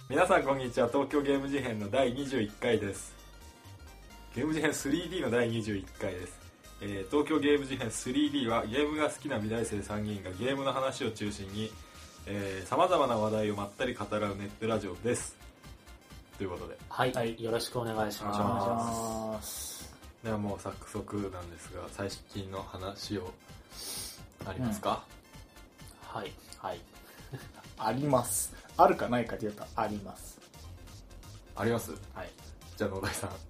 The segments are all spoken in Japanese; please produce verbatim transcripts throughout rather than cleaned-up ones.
皆さんこんにちは。東京ゲーム事変のだいにじゅういっかいです。ゲーム事変 スリーディー のだいにじゅういっかいです。えー、東京ゲーム事変 スリーディー はゲームが好きな美大生さんにんがゲームの話を中心にさまざまな話題をまったり語らうネットラジオです。ということで、 はい、はい、よろしくお願いします。 ではもう早速なんですが、最近の話をありますか？ うん、はいはいあります。あるかないかで言うとあります。 あります。 はい。 じゃあ野田さん。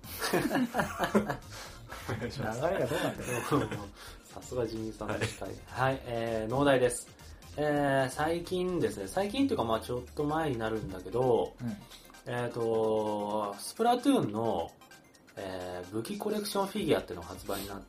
お願いします。流れがどうなんだろう。 さすがジミーさんです。はい、はい、えー、農大です。えー、最近ですね、最近っていうかまあちょっと前になるんだけど、うん、えっ、ー、とスプラトゥーンの、えー、武器コレクションフィギュアっていうのが発売になって、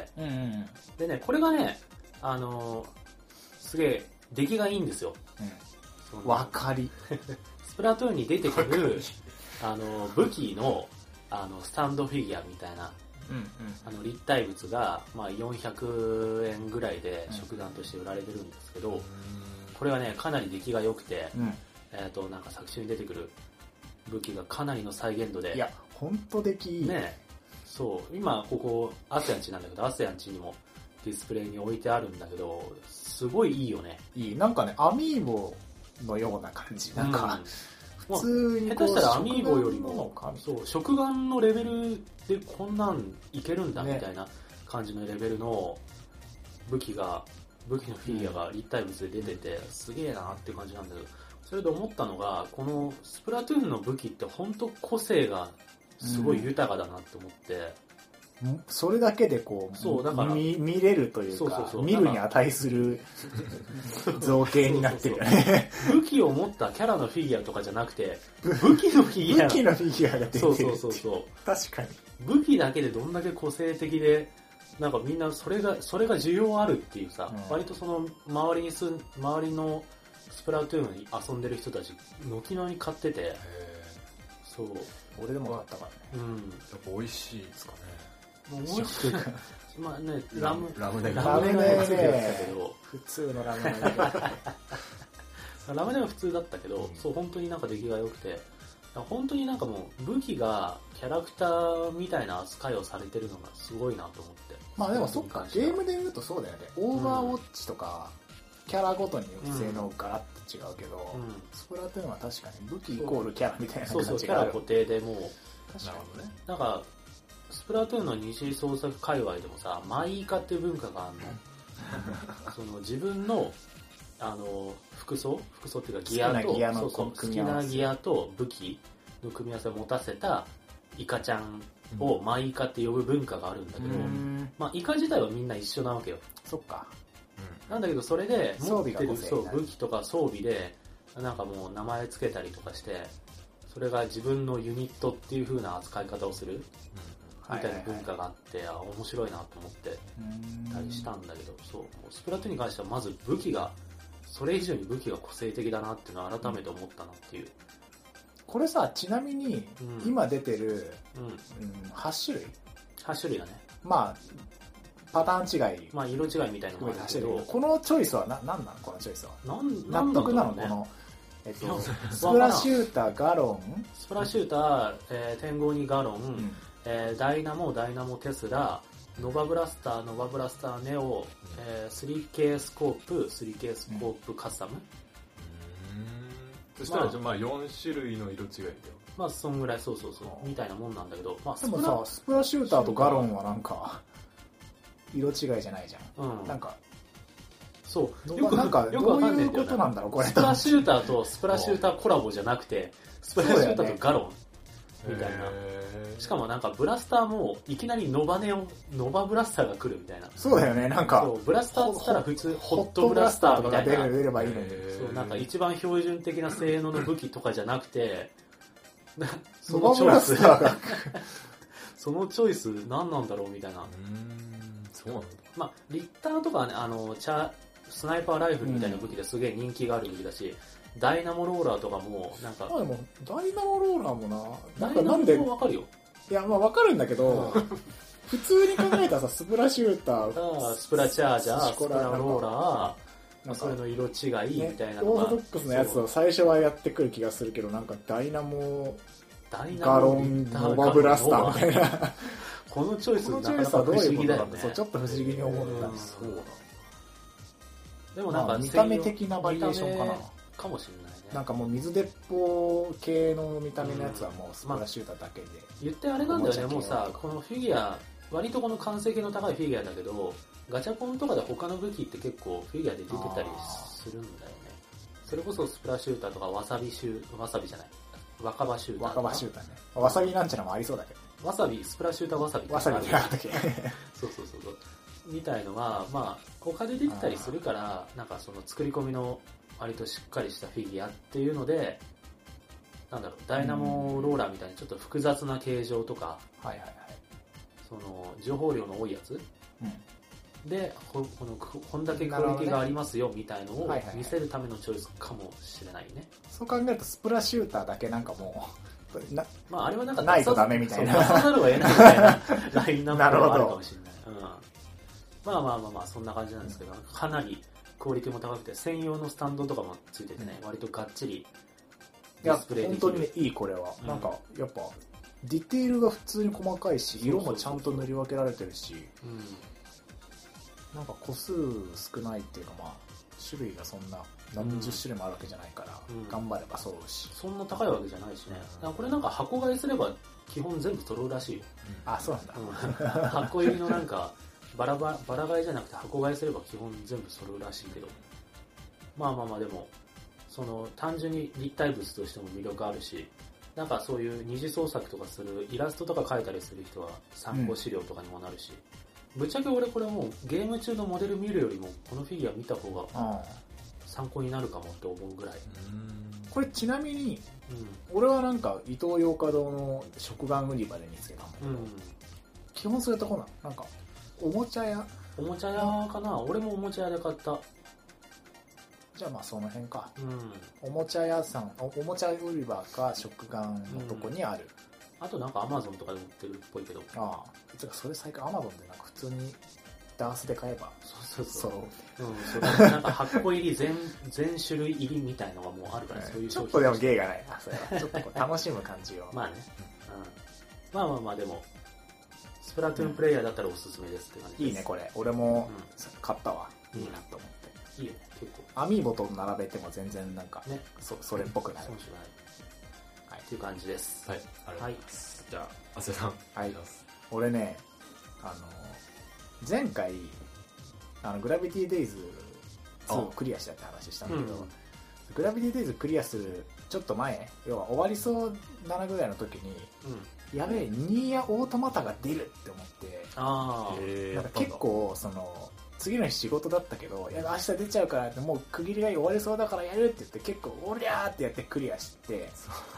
うんうん、でねこれがねあのー、すげえ出来がいいんですよ。 わ、うん、かり。 スプラトゥーンに出てくるあの武器のあのスタンドフィギュアみたいな、うんうん、あの立体物が、まあ、よんひゃくえんぐらいで食玩として売られてるんですけど、うん、これはねかなり出来が良くて、うん、えーとなんか作中に出てくる武器がかなりの再現度で、 いやほんと出来いいね。そう今ここアセアンチなんだけど、アセアンチにもディスプレイに置いてあるんだけど、すごいいいよね。 いい、なんかねアミーボのような感じ、なんか、うん、普通に下手したらアミーボよりもそう食玩のレベルでこんなんいけるんだみたいな感じのレベルの武器が武器のフィギュアが立体物で出てて、すげえなって感じなんだけど、それで思ったのがこのスプラトゥーンの武器って本当個性がすごい豊かだなって思って、 うん、それだけでこう、そうだから 見, 見れるというか、そうそうそう、見るに値する造形になってるよね。 武器を持ったキャラのフィギュアとかじゃなくて、武器のフィギュア。 武器のフィギュアが出てる。 そうそうそうそう。 確かに。 武器だけでどんだけ個性的で、なんかみんなそれがそれが需要あるっていうさ、うん、割とその周りにす周りのスプラトゥーンに遊んでる人たち軒並み買ってて、そう。 俺でも買ったからね。 うん。やっぱ美味しいですかね。 もう美味しい。まあね、ラム、 ラムネが。ラムネね、普通のラムネラムネは普通だったけど、うん、そう、本当になんか出来が良くて、本当になんかもう武器がキャラクターみたいな扱いをされてるのがすごいなと思って。 まあでもそっか、ゲームで言うとそうだよね。オーバーウォッチとか、キャラごとに性能ガラッと違うけど、うん、スプラトゥーンは確かに武器イコールキャラみたいな感じがある。 そうそう、キャラ固定でもう、 確かにね。 なんか、スプラトゥーンの二次創作界隈でもさ、マイイカっていう文化があるの。その自分の、あの、服装服装っていうかギアと、 好きなギアのそうそう、好きなギアと武器の組み合わせを持たせたイカちゃんをマイイカって呼ぶ文化があるんだけど、うん、まあイカ自体はみんな一緒なわけよ。 そっか。 なんだけどそれで持ってるそう武器とか装備でなんかもう名前つけたりとかして、それが自分のユニットっていう風な扱い方をするみたいな文化があって、あ、面白いなと思ってたりしたんだけど、そうスプラトゥーンに関してはまず武器がそれ以上に武器が個性的だなっていうのを改めて思ったなっていう。うん、 これさ、ちなみに今出てる、うんうん、はち種類はち種類だね。 まあパターン違い、 まあ色違いみたいなのもあるけど、 このチョイスはな何なの？このチョイスはなん納得なの？この、えっと、スプラシューターガロン、 スプラシューター、えー、天狗にガロン、うん、えー、ダイナモダイナモテスラ、ノバブラスターノバブラスターネオ、えー、スリーケー スコープ スリーケー スコープカスタム、 うん、そしたら、まあ、まあよん種類の色違いだよ。 まあそんぐらい、そうそうそうみたいなもんなんだけど、まあ、 でもさスプラシューターとガロンはなんか色違いじゃないじゃん、うん、なんかそうよくなんかどういうことなんだろうこれ。 スプラシューターとスプラシューターコラボじゃなくてスプラシューターとガロンみたいな、しかもなんかブラスターもいきなりノバネオンノバブラスターが来るみたいな。 そうだよね、なんかそうブラスターって言ったら普通ホットブラスターみたいな出ればいいのに、 そうなんか一番標準的な性能の武器とかじゃなくてそのチョイスそのチョイス何なんだろうみたいな。うーん、そうなんだ。 まあリッターとかはね、あのチャスナイパーライフルみたいな武器ですげえ人気がある武器だし、うん、ダイナモローラーとかもなんか、 まあでもダイナモローラーもな、 なんかなんでわかるよ。 いやまあわかるんだけど、普通に考えたらさ、スプラシューター、 スプラチャージャー、スプラローラー、 まあ、それの色違いみたいなのが、 ね、オーソドックスのやつを最初はやってくる気がするけど、なんかダイナモダイナガロモンノバブラスターみたいなこのチョイスこのチなかなか不ョイスはどういう思議だよね。 ことだろう。そうちょっと不思議に思った。 うんそうだ。 でもなんか、 まあ、見た目的なバリエーションかな。 かもしれないね。 なんかもう水鉄砲系の見た目のやつはもうスプラシューターだけで、 まあ、言ってあれなんだよね。もうさ、このフィギュア割とこの完成形の高いフィギュアだけど、ガチャコンとかで他の武器って結構フィギュアで出てたりするんだよね。それこそスプラシューターとかわさびシューわさびじゃない若葉シューター若葉シューターね。わさびなんちゃらもありそうだけど、 わさびスプラシューターわさびわさびってなかったっけそうそうそうそうみたいのがまあ他で出てたりするから、なんかその作り込みの割としっかりしたフィギュアっていうので、なんだろう、ダイナモローラーみたいにちょっと複雑な形状とか、 はいはいはい、 その情報量の多いやつ、うん、でこのこんだけクオリティがありますよみたいのを見せるためのチョイスかもしれないね。 そう考えるとスプラシューターだけなんかもうな、 まあ、あれはなんかないとダメみたいな、 出さざるを得ないみたいなラインナップがあるかもしれない。うん、まあまあまあまあそんな感じなんですけど、かなりクオリティも高くて専用のスタンドとかもついててね、割とがっちりディスプレイできる。 いや本当にねいいこれは、うん、なんかやっぱディテールが普通に細かいし、色もちゃんと塗り分けられてるし、うん、なんか個数少ないっていうか、まあ種類がそんな何十種類もあるわけじゃないから、うん、頑張れば揃うし、 そんな高いわけじゃないしね。だからこれなんか箱買いすれば基本全部揃うらしいよ。 うん、あ、そうなんだ。 うん、箱入りのなんかバラバラ、バラ買いじゃなくて箱買いすれば基本全部揃うらしいけど、まあまあまあでもその単純に立体物としても魅力あるし、なんかそういう二次創作とかするイラストとか描いたりする人は参考資料とかにもなるし、うん、ぶっちゃけ俺これもうゲーム中のモデル見るよりもこのフィギュア見た方が参考になるかもって思うぐらい。 これちなみに、うん、俺はなんかイトーヨーカドーの食玩売り場で見つけたんだけど、うん、基本そういうとこなの。なんかおもちゃ屋おもちゃ屋かな。俺もおもちゃ屋で買った。 じゃあまあその辺か、 うん、 おもちゃ屋さん お, おもちゃ売り場か食玩のとこにある、 うん、あとなんかアマゾンとかで売ってるっぽいけど、 ああ、てかそれ最近アマゾンでなんか普通にダースで買えばそうそうそう、 そう、 うん、それなんかはっこ入り全全種類入りみたいのがもうあるから、そういうちょっとでも芸がないなそれはちょっとこう楽しむ感じをまあね、うん、まあまあまあでもスプラトゥーンプレイヤーだったらおすすめですって感じです。 いいねこれ、俺も買ったわ、うん、いいなと思って。 いいよ結構。 アミーボと並べても全然なんか、ね、そ, それっぽくなる。 そうしない。はい、っていう感じです。 はい、ありがとうございます。はい、じゃあ、亜生さん。 はい。俺ね、あの、前回、あの、グラビティデイズツーをクリアしたって話したんだけど、うん、グラビティデイズクリアするちょっと前、要は終わりそうななぐらいの時に、うん、やべえ、ニーヤオートマタが出るって思って、 あなんか結構、その、次の日仕事だったけど、いや明日出ちゃうからって、もう区切りが終わりそうだからやるって言って結構おりゃーってやってクリアして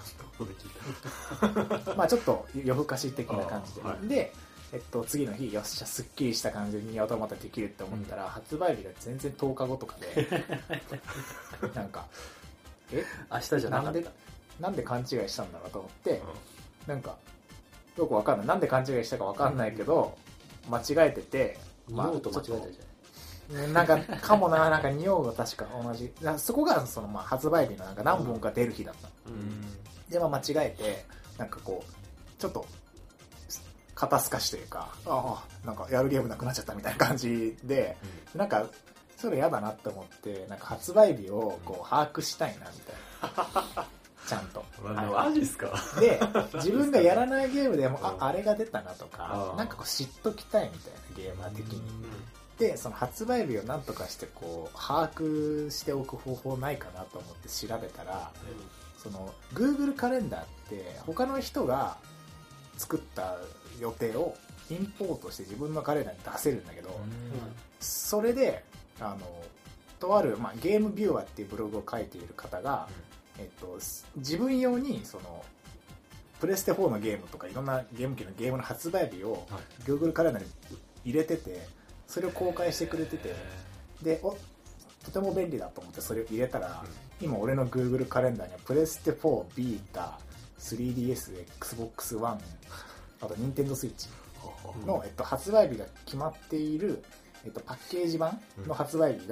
まあちょっと夜更かし的な感じで、はい、で、えっと、次の日よっしゃすっきりした感じにオートマタできるって思ったら、うん、発売日が全然とおかごとかでなんかえ明日じゃなかったなんでなんで勘違いしたんだろうと思って、うん、なんかよくわかんないなんで勘違いしたかわかんないけど、うん、間違えててまあ、匂うと間違えたじゃん。 なんか、かもな、なんか匂うが確か同じ。そこが、その、まあ、発売日のなんか何本か出る日だった。うん、で、まあ、間違えて、なんかこう、ちょっと、肩透かしというか、ああ、なんかやるゲームなくなっちゃったみたいな感じで、うん、なんか、それ嫌だなって思って、なんか発売日をこう、把握したいな、みたいな。ちゃんと。 マジっすか。 で、自分がやらないゲームでも、あ、あれが出たなとか、なんかこう知っときたいみたいなゲーマー的に。で、その発売日をなんとかしてこう、把握しておく方法ないかなと思って調べたら、うん、その、Google カレンダーって他の人が作った予定をインポートして自分のカレンダーに出せるんだけど、うん、それで、あの、とある、まあ、ゲームビューアーっていうブログを書いている方が、うん、えっと、自分用にそのプレステフォーのゲームとかいろんなゲーム機のゲームの発売日を Google カレンダーに入れてて、それを公開してくれてて、で、お、とても便利だと思ってそれを入れたら、うん、今俺の Google カレンダーにはプレステフォー、ビータ、スリーディーエス、Xbox One、あと Nintendo Switch の、えっと、発売日が決まっている、えっと、パッケージ版の発売日が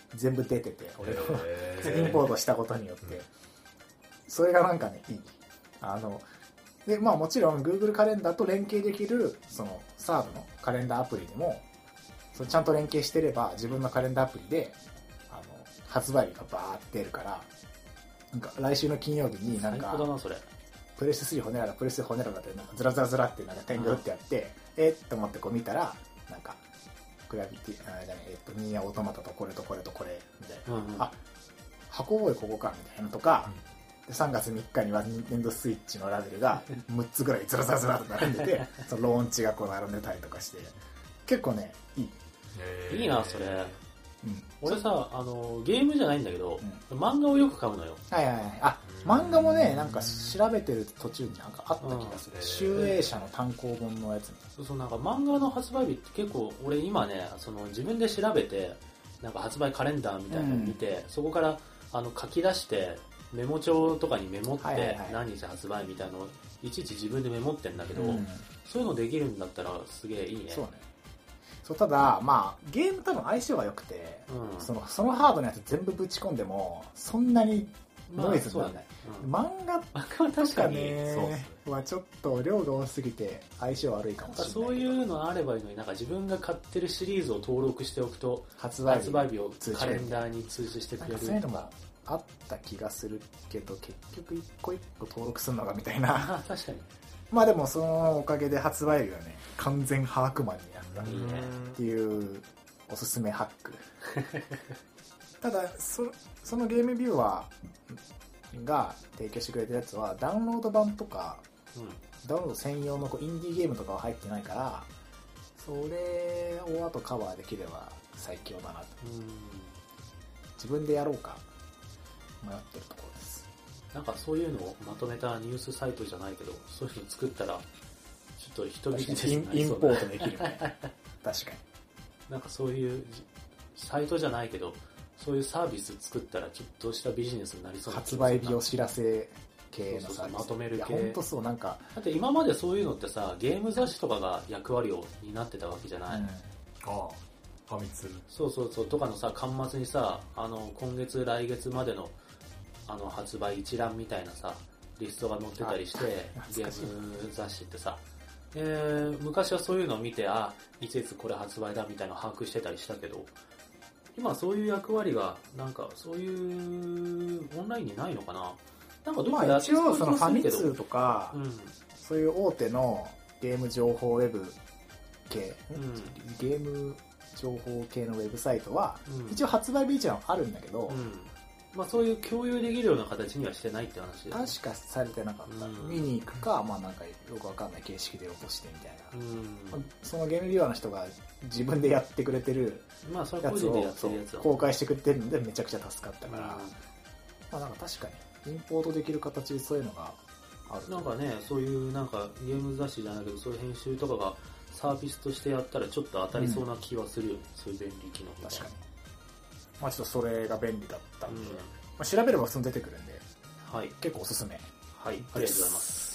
全部出てて、俺のへインポートしたことによって、それがなんかねいい。あのでまあもちろん Google カレンダーと連携できるそのサードのカレンダーアプリでもそのちゃんと連携してれば自分のカレンダーアプリであの発売日がバーって出るから、なんか来週の金曜日になんか最高だなそれ。 プレステスリー骨らがプレステ骨らがってなんかズラズラズラってなんか点が打ってあって、うん、えっと思ってこう見たらなんかグラビティあじゃないえっとニーヤオートマタとこれとこれとこれみたいな、うんうん、あ箱覚えここかみたいなのとか、うん、でさんがつみっかにはニンテンドースイッチのラベルがむっつぐらいズラズラズラと並んでてそのローンチがこう並んでたりとかして結構ねいい。 いいなそれ。 うん、 俺さあのゲームじゃないんだけど、うん、漫画をよく買うのよ。 はいはいはい。あ、漫画もねなんか調べてる途中になんかあった気がする。集英社の単行本のやつ、ね、 そうそう、なんか漫画の発売日って結構俺今ねその自分で調べてなんか発売カレンダーみたいなのを見て、うん、そこからあの書き出してメモ帳とかにメモって何日発売みたいなのをいちいち自分でメモってんだけど、うん、そういうのできるんだったらすげえいいね。 そうね。そうただまあゲーム多分相性が良くて、うん、そのそのハードのやつ全部ぶち込んでもそんなにノイズにならない、まあうん、漫画とかねはちょっと量が多すぎて相性悪いかもしれないけど、 そういうのあればいいのになんか自分が買ってるシリーズを登録しておくと発売 日, 発売日をカレンダーに通知してくれるとか、 そういうのもあった気がするけど結局一個一個登録するのがみたいな確かに。 まあでもそのおかげで発売日はね完全把握マンになったっていうおすすめハックただ そ, そのゲームビューアーが提供してくれたやつはダウンロード版とか、うん、ダウンロード専用のこうインディーゲームとかは入ってないからそれをあとカバーできれば最強だなと。うん自分でやろうか迷ってるところです。 なんかそういうのをまとめたニュースサイトじゃないけどそういうの作ったらちょっと人ビジネスになりそうだ、 インポートできるね確かになんかそういうサイトじゃないけどそういうサービス作ったらちょっとしたビジネスになりそうな。 発売日お知らせ系のサービス。そうそうそうまとめる系。いや本当そうなんかだって今までそういうのってさゲーム雑誌とかが役割を担ってたわけじゃない、うん、ああファミ通そうそうそうとかのさ端末にさあの今月来月までのあの発売一覧みたいなさリストが載ってたりしてゲーム雑誌ってさ、えー、昔はそういうのを見てあいついつこれ発売だみたいなのを把握してたりしたけど今そういう役割がなんかそういうオンラインにないのかな。なんかどっかで一応そのファミ通とか、 うん、 そういう大手のゲーム情報ウェブ系、うん、ゲーム情報系のウェブサイトは、うん、一応発売日一覧はあるんだけど、 うんまあ、そういう共有できるような形にはしてないって話で、ね、 確かされてなかった、うん、見に行くか、まあ、なんかよくわかんない形式で落としてみたいな、うんまあ、そのゲームビューアーの人が自分でやってくれてるやつを公開してくれてるのでめちゃくちゃ助かったから、うんまあ、なんか確かにインポートできる形でそういうのがあるなんかねそういうなんかゲーム雑誌じゃないけどそういう編集とかがサービスとしてやったらちょっと当たりそうな気はするよ、うん、そういう便利機能確かにまあちょっとそれが便利だったんで、うんまあ、調べればすぐ出てくるんで、 はい、 結構おすすめ。 はい、ありがとうございます。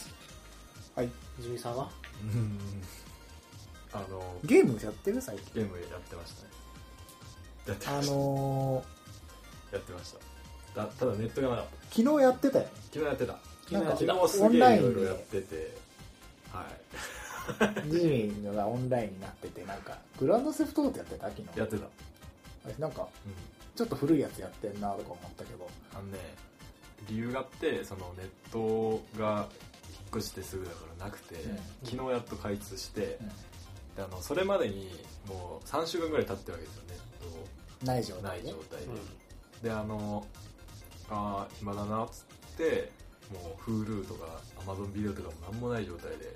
はい。 ジミさんは？ うん。あのゲームやってる最近？ ゲームやってましたね。やってました。 あのー、やってました。だただネットがなかった。 昨日やってたよ。 昨日やってた。 昨日やってた。 昨日すげえいろいろやってて、はい。 ジミーのがオンラインになっててなんかグランドセフトオートやってた昨日。 やってた。 なんか、うん、ちょっと古いやつやってんなとか思ったけどあのね理由があってそのネットが引っ越してすぐだからなくて、うん、昨日やっと開通して、うん、であのそれまでにもうさんしゅうかんぐらい経ってるわけですよネットない状態でない状態で、うん、であのあ暇だなっつってもう Hulu とか Amazon ビデオとかもなんもない状態で、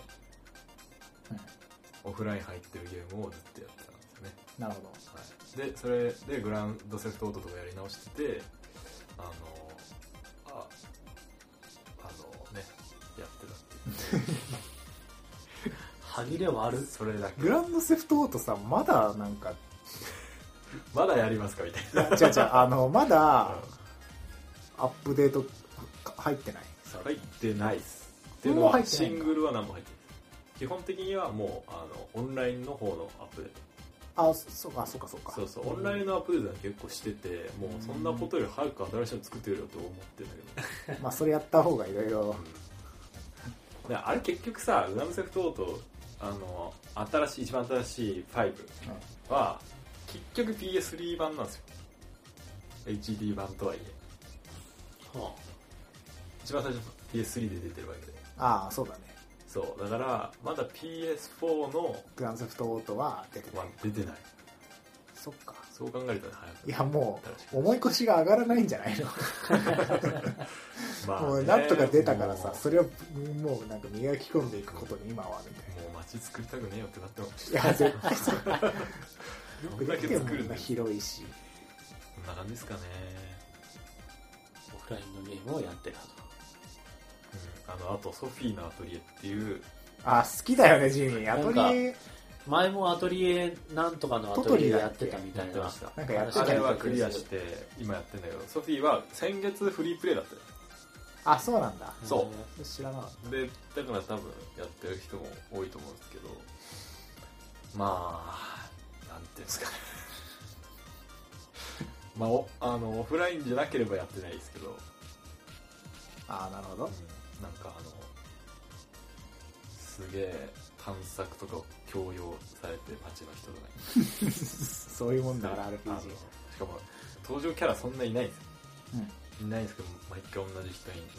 うん、オフライン入ってるゲームをずっとやってたんですよね。 なるほど、 はいでそれでグランドセフトオートとかやり直しててあのああのねやってたっていう歯切れはあるそれだけグランドセフトオートさまだなんかまだやりますかみたいな違う違うあのまだアップデート入ってない入ってないっすっていうのはシングルは何も入ってない基本的にはもうあのオンラインの方のアップデートあそうかそうかそうかそうそうオンラインのアップデートは結構しててもうそんなことより早く新しいの作ってるよと思ってるんだけどまあそれやった方がいろいろあれ結局さグランドセフトオートあの新しい一番新しいファイブは、うん、結局 ピーエススリー 版なんですよ エイチディー 版とはいえ、はあ、一番最初 ピーエススリー で出てるわけでああそうだねそうだからまだ ピーエスフォー のグランドセフトオートは出てない出てないそっかそう考えるとね早くいやもう重い腰が上がらないんじゃないのまあ、ね、もうなんとか出たからさそれをもうなんか磨き込んでいくことに今はみたいなもう街作りたくねえよってなってもいや絶対そうよくできても広いしこんな感じですかねオフラインのゲームをやってると、 うん、あのあとソフィーのアトリエっていうあ好きだよねジミーアトリエ前もアトリエなんとかのアトリエやってたみたいななんかやってたあれはクリアして今やってんだけどソフィーは先月フリープレイだったよあそうなんだそう知らなかったでだから多分やってる人も多いと思うんですけどまあなんていうんですかねまあ、あのオフラインじゃなければやってないですけどああなるほど、うん、 なんかあのすげえ探索とかを強要されて街の人とかにそういうもんだから アールピージーしかも登場キャラそんないないんですよ、うん、いないんですけど毎回同じ人に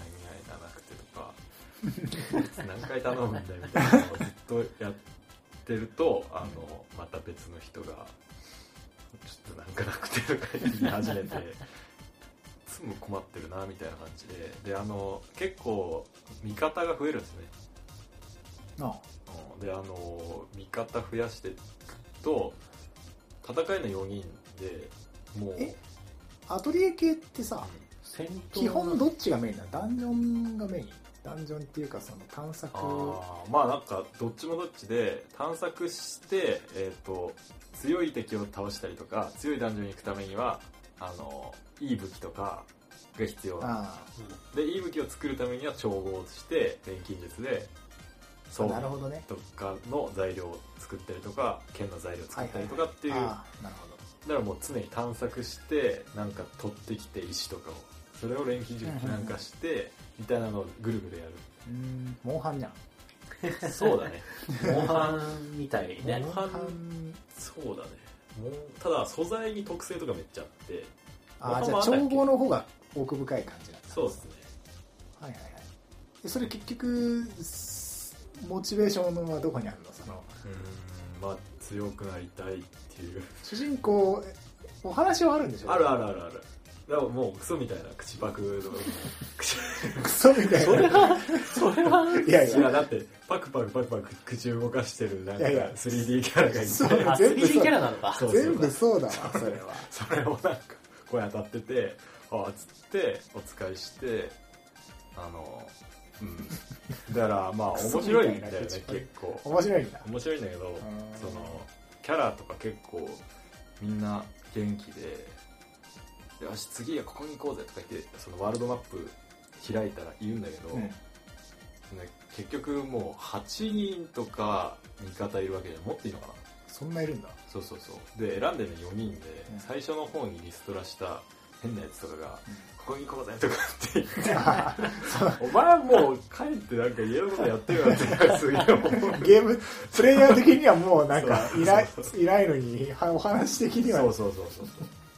何々ななくてとか何回頼むんだよみたいなのをずっとやってるとあのまた別の人がちょっとなんかなくてとか言い始めていつも困ってるなみたいな感じでであの結構味方が増えるんですねああであの味方増やしていくと戦えのよにんでもうえアトリエ系ってさ基本どっちがメインなのダンジョンがメインダンジョンっていうかその探索あまあなんかどっちもどっちで探索して、えー、と強い敵を倒したりとか強いダンジョンに行くためにはあのいい武器とかが必要なでいい武器を作るためには調合して錬金術で装備とかの材料を作ったりとか剣の材料を作ったりとかっていう、はいはいはい、なるほどだからもう常に探索してなんか取ってきて石とかをそれを錬金術なんかしてみたいなのをぐるぐるやるうーんモンハンじゃんそうだねモンハンみたいねモンハンそうだねもうただ素材に特性とかめっちゃあってああじゃあ調合の方が奥深い感じなんだそうですねはいはいはいでそれ結局モチベーションはどこにあるのそのうーんまあ強くなりたいっていう主人公お話はあるんでしょあるあるあるあるだからもうクソみたいな口パクとかクソみたいなそれはそれはいやいやいやだってパクパクパクパク口動かしてるなんか スリーディー キャラがいてそう全部 スリーディー キャラなのか全部そうだわそれはそれをなんか声当たっててああつってお使いしてあのうんだからまあ面白いんだよね結構面白いんだ面白いんだけどそのキャラとか結構みんな元気でよし次はここに行こうぜとか言ってそのワールドマップ開いたら言うんだけど、うんね、結局もうはちにんとか味方いるわけでもっといいのかなそんないるんだそうそうそうで選んでるのよにんで、うん、最初の方にリストラした変なやつとかが、うん、ここに行こうぜとかって言ってお前もう帰ってなんか家のことやってるよってすげえ思うゲームプレイヤー的にはもうなんかいないいないのにお話的にはそうそうそうそう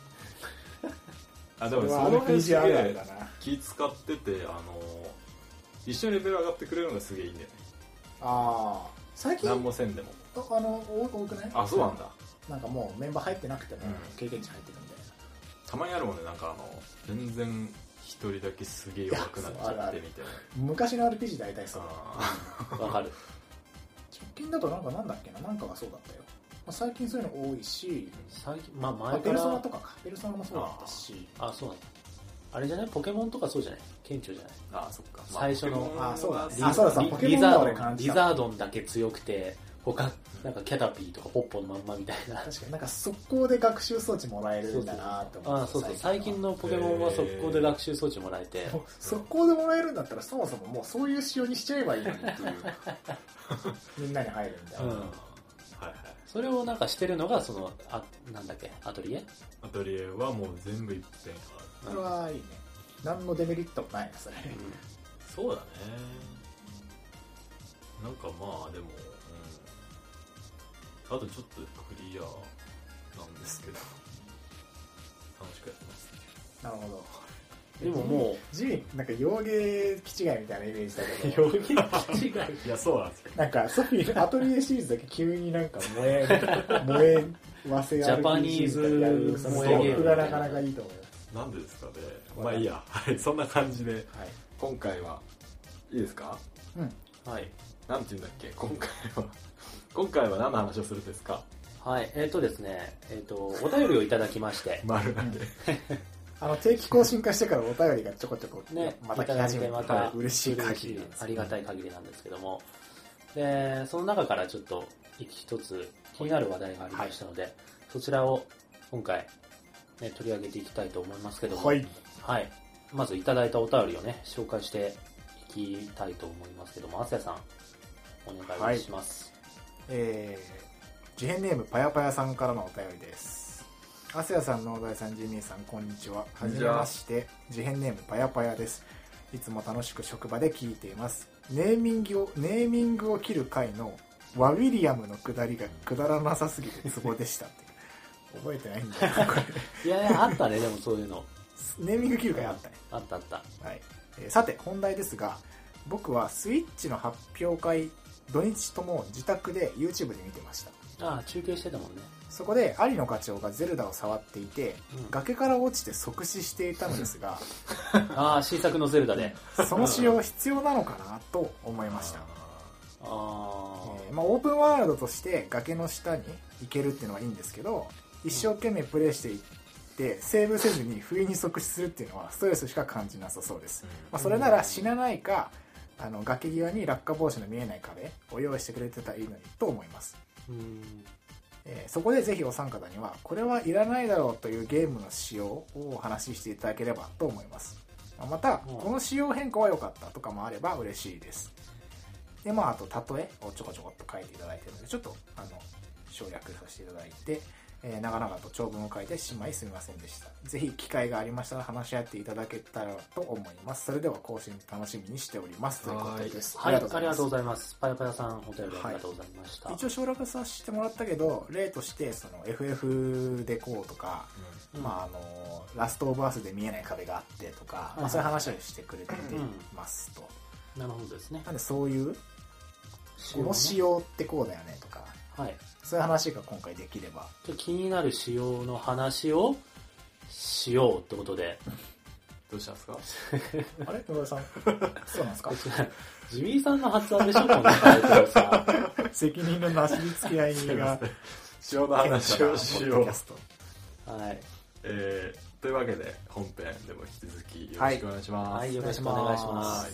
あでもその辺すげえ気使っててあの一緒にレベル上がってくれるのがすげえいいんだよねああ最近何もせんでもあの多くないあそうなんだなんかもうメンバー入ってなくても経験値入ってるみたいな、 うん、たまにあるもんねなんかあの全然一人だけすげえ弱くなっちゃってみたいな昔の アールピージー 大体そうわかる直近だとなんかなんだっけななんかがそうだったよ最近そういうの多いし最近、まあ、前からペルソナとかかペルソナもそうだったしああそうなんだあれじゃないポケモンとかそうじゃない顕著じゃないああそっか、 まあ、最初のあそうだリ, あそうだリ, リ, ザードンリザードンだけ強くて他なんかキャタピーとかポッポのまんまみたいな確かになんか速攻で学習装置もらえるんだなって思ってあそうそう最近のポケモンは速攻で学習装置もらえて速攻でもらえるんだったらそもそももうそういう仕様にしちゃえばいいのにっていうみんなに入るみたいな、うんはいはい、 それをなんかしてるのがそのあなんだっけアトリエアトリエはもう全部一遍ある。 それはいいね。何のデメリットもないねそれ、うん、 そうだね。なんかまあでも、うん、あとちょっとクリアなんですけど楽しくやってます。 なるほど。 でももうジミーなんか洋芸気違いみたいなイメージだけど洋芸気違いいやそうなんですよ。 なんかソフィーのアトリエシリーズだけ急になんか燃え燃えわせジャパニーズ燃えゲームがなかなかいいと思います。 なんでですかね。まあいいや、はい、そんな感じで、はい、今回はいいですか。 うんはい。 なんて言うんだっけ今回は今回は何の話をするんですか。 はいえっ、ー、とですねえっ、ー、とお便りをいただきまして丸なんであの定期更新化してからお便りがちょこちょこねまた来始めてまた嬉しい限りありがたい限りなんですけども、でその中からちょっと一つ気になる話題がありましたので、はい、そちらを今回、ね、取り上げていきたいと思いますけども、 はい、 はい、まずいただいたお便りをね紹介していきたいと思いますけども、あすやさんお願いします。 はい、えー、事変ネームパヤパヤさんからのお便りです。あすやさん、農大さん、ジミーさん、こんにちは。はじめまして、事変ネームパヤパヤです。いつも楽しく職場で聞いています。ネーミングを、ネーミングを切る回のワウィリアムのくだりがくだらなさすぎてツボでしたって。覚えてないんだよ、これ。 いやいや、あったね、でもそういうの。 ネーミング切る回あったね。 あったあった。 はい。えー、さて、本題ですが、僕はスイッチの発表会、土日とも自宅で YouTube で見てました。 ああ、中継してたもんね。 そこで有野課長がゼルダを触っていて、うん、崖から落ちて即死していたのですがああ新作のゼルダでその仕様必要なのかなと思いました。あ、 えーまあ、オープンワールドとして崖の下に行けるっていうのはいいんですけど、一生懸命プレイしていってセーブせずに不意に即死するっていうのはストレスしか感じなさそうです、うんまあ、それなら死なないかあの崖際に落下防止の見えない壁を用意してくれてたらいいのにと思います。うんえー、そこでぜひお三方にはこれはいらないだろうというゲームの仕様をお話ししていただければと思います。またこの仕様変更は良かったとかもあれば嬉しいです。でまああと例えをちょこちょこっと書いていただいているのでちょっとあの省略させていただいて、えー、長々と長文を書いてしまいすみませんでした。ぜひ機会がありましたら話し合っていただけたらと思います。それでは更新楽しみにしておりますということです。 はい、ありがとうございます。パヤパヤさんお便りありがとうございました、はい、 一応省略させてもらったけど例としてその エフエフ でこうとか、うんまあ、あのラストオブアースで見えない壁があってとか、うんまあ、そういう話をしてくれてますと、 うん、なるほどですね。 なんでそういうこの仕様ってこうだよねとか、はい、そういう話が今回できれば。 気になる仕様の話をしようってことでどうしたんですかあれ野田さんそうなんですかジミーさんの発案でしょこのタイトルさ責任のなしり付き合いが仕様の話をしよう。 はい、 えー、というわけで本編でも引き続きよろしくお願いします。 はい、はい、よろしくお願いします。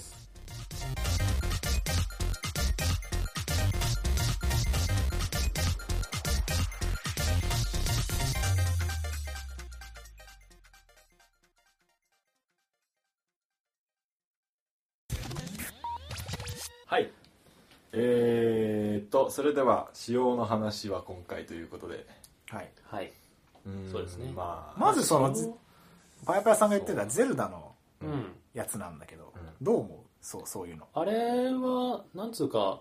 はい。えーっと、それでは、仕様の話は今回ということで。 はい。はい。うんそうですね。 まあ、まずその、パヤパヤさんが言ってたゼルダのやつなんだけど、うん、どう思うそう、そういうの。 あれは、なんつうか、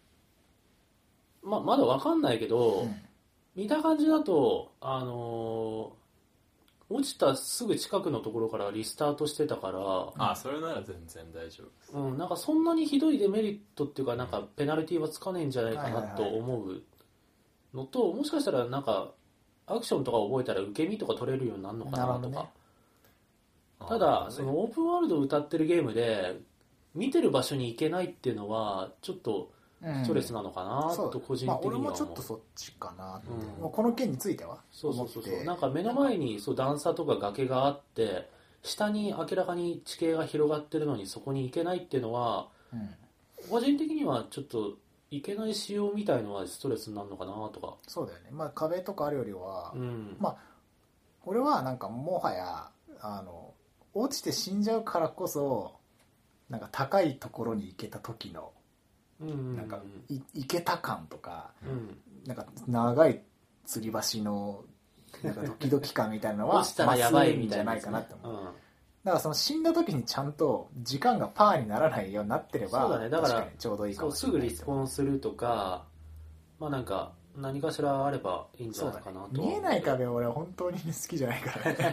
ま、まだわかんないけど、うん、見た感じだと、あのー、落ちたすぐ近くのところからリスタートしてたからあそれなら全然大丈夫です、 うん、なんかそんなにひどいデメリットっていうかなんかペナルティーはつかねえんじゃないかなと思うのと、もしかしたらなんかアクションとか覚えたら受け身とか取れるようになるのかなとか、ね、ただそのオープンワールドを歌ってるゲームで見てる場所に行けないっていうのはちょっとストレスなのかなと個人的には思う、 まあ、俺もちょっとそっちかな、うん、この件についてはそうそうそうそうなんか目の前にそう段差とか崖があって下に明らかに地形が広がってるのにそこに行けないっていうのは、うん、個人的にはちょっと行けない仕様みたいのはストレスになるのかなとか。 そうだよね、まあ、壁とかあるよりは、うん、まあ俺はなんかもはやあの落ちて死んじゃうからこそなんか高いところに行けた時のうんうんうん、 なんかい行けた感とか、 うん、 なんか長い吊り橋のなんかドキドキ感みたいなのは落ちたらやばいみんじゃたいな、 ないかなって思う、 うん、 だからその死んだ時にちゃんと時間がパーにならないようになってれば、 そうだね、だから確かにちょうどいいかもしれない。 そうすぐリスポンするとか、まあなんか何かしらあればいいんじゃないかなと、 ね、見えない壁は俺は本当に好きじゃないからね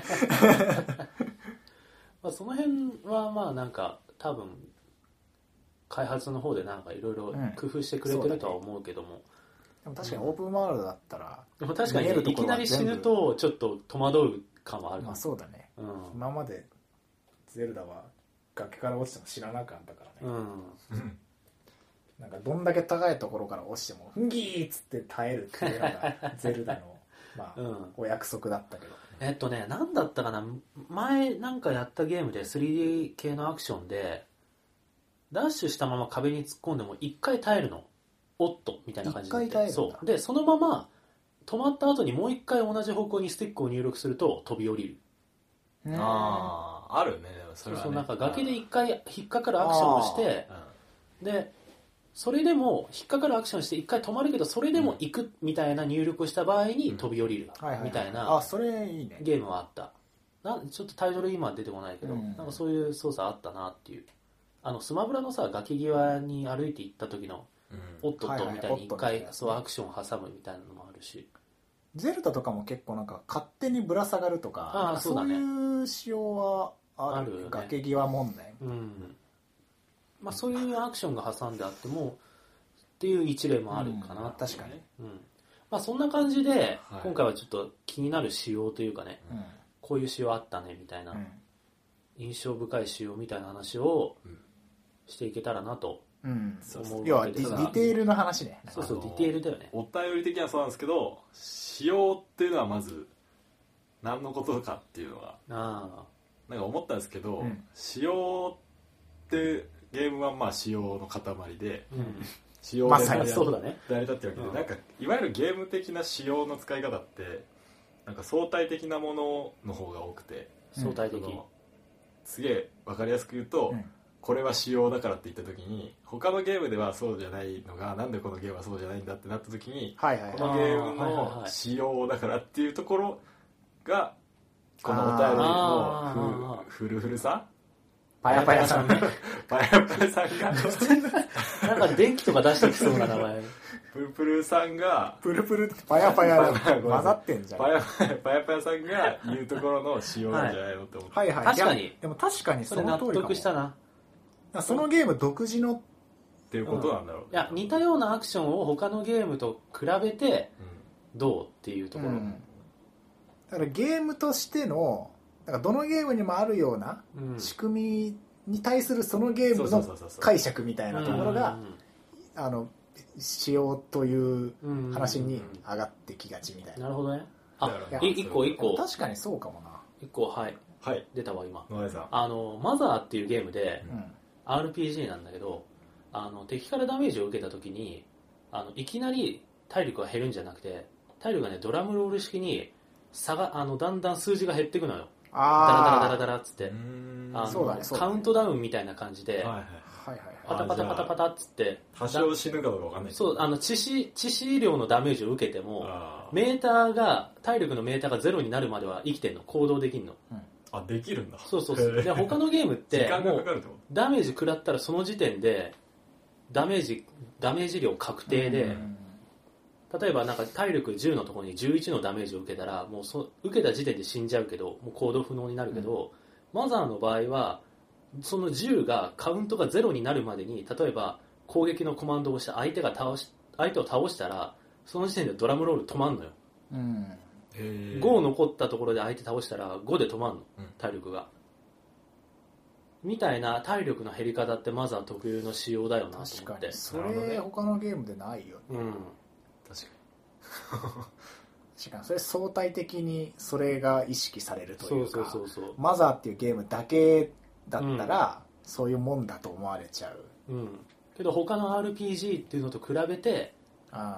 まあその辺はまあなんか多分開発の方でなんかいろいろ工夫してくれてるとは思うけども、 うん、でも確かにオープンワールドだったら、 でも確かに、ね、いきなり死ぬとちょっと戸惑う感はあるかも。 まあそうだね、うん、今までゼルダは崖から落ちても知らなかったからね、うんなんかどんだけ高いところから落ちてもフンギーっつって耐えるっていうのがゼルダのまあ、うん、お約束だったけど、 えっとね何だったかな、前なんかやったゲームで スリーディー 系のアクションでダッシュしたまま壁に突っ込んでも一回耐えるの、おっとみたいな感じで、 一回耐えるんだ。 そうでそのまま止まった後にもう一回同じ方向にスティックを入力すると飛び降りる。 あああるね、それはね。 そうそう、なんか崖で一回引っかかるアクションをして、でそれでも引っかかるアクションして一回止まるけどそれでも行くみたいな入力をした場合に飛び降りるみたいなゲームはあった。なんちょっとタイトル今出てこないけど、うん、なんかそういう操作あったなっていう。あのスマブラのさ崖際に歩いて行った時の、うん、おっとっとみたいに一回そうアクションを挟むみたいなのもあるし、 ゼルダとかも結構なんか勝手にぶら下がるとか、ああそうだね、そういう仕様はある、あるよね、崖際問題、 うんまあ、そういうアクションが挟んであってもっていう一例もあるかな、 うん、確かに、 うんまあ、そんな感じで、はい、今回はちょっと気になる仕様というかね、うん、こういう仕様あったねみたいな、うん、印象深い仕様みたいな話をしていけたらなと思うわけですが、 要はディテールの話ね。 そうそう、ディテールだよね。 お便り的にはそうなんですけど、仕様っていうのはまず何のことかっていうのがあなんか思ったんですけど、うん、仕様ってゲームはまあ仕様の塊で、うん、仕様で成り立ってるわけで、うん、なんかいわゆるゲーム的な仕様の使い方ってなんか相対的なものの方が多くて、 相対的、 すげえ分かりやすく言うと、うん、これは仕様だからって言った時に他のゲームではそうじゃないのがなんでこのゲームはそうじゃないんだってなった時に、はいはいはい、このゲームの仕様だからっていうところがこのお便りのフルフルさパヤパヤさんねパヤパヤさんがなんか電気とか出してきそうな名前プルプルさんがプルプルパヤパヤ混ざってんじゃん。 パヤパヤパヤパヤさんが言うところの仕様なんじゃないのって思って、 はいはいはい、確かに。でも確かにその通りかも。 納得したな。 そのゲーム独自のっていうことなんだろう、 うん、いや似たようなアクションを他のゲームと比べてどうっていうところ、うん、 だからゲームとしてのだからどのゲームにもあるような仕組みに対するそのゲームの解釈みたいなところがあの仕様という話に上がってきがちみたいな。 なるほどね。あ、一個一個確かにそうかもな。 一個はい、 はい、 出たわ今。 ああのマザーっていうゲームで、うん、アールピージー なんだけど、あの敵からダメージを受けた時にあのいきなり体力が減るんじゃなくて、体力がねドラムロール式に差があのだんだん数字が減っていくのよ。ダラダラダラダラっつってあのそうだね、そうだね、カウントダウンみたいな感じで、はいはいパタパタパタパタっつって多少死ぬかどうか分かんない。 そうあの致死致死量のダメージを受けてもメーターが体力のメーターがゼロになるまでは生きてんの、行動できんの、うん、 あできるんだ。 そうそうそう。で他のゲームってもうダメージ食らったらその時点でダメージダメージ量確定で、うん例えばなんか体力じゅうのところにじゅういちのダメージを受けたらもうそ受けた時点で死んじゃうけどもう行動不能になるけど、うん、マザーの場合はそのじゅうがカウントがゼロになるまでに例えば攻撃のコマンドをして相手が倒し相手を倒したらその時点でドラムロール止まんのよ、うん、へご残ったところで相手倒したらごで止まんの、うん、体力がみたいな体力の減り方ってマザー特有の仕様だよなと思って。 確かにそれ他のゲームでないよね、うん確かにしかもそれ相対的にそれが意識されるというか、 そうそうそうそうマザーっていうゲームだけだったら、うん、そういうもんだと思われちゃう、 うん、けど他の アールピージー っていうのと比べてあ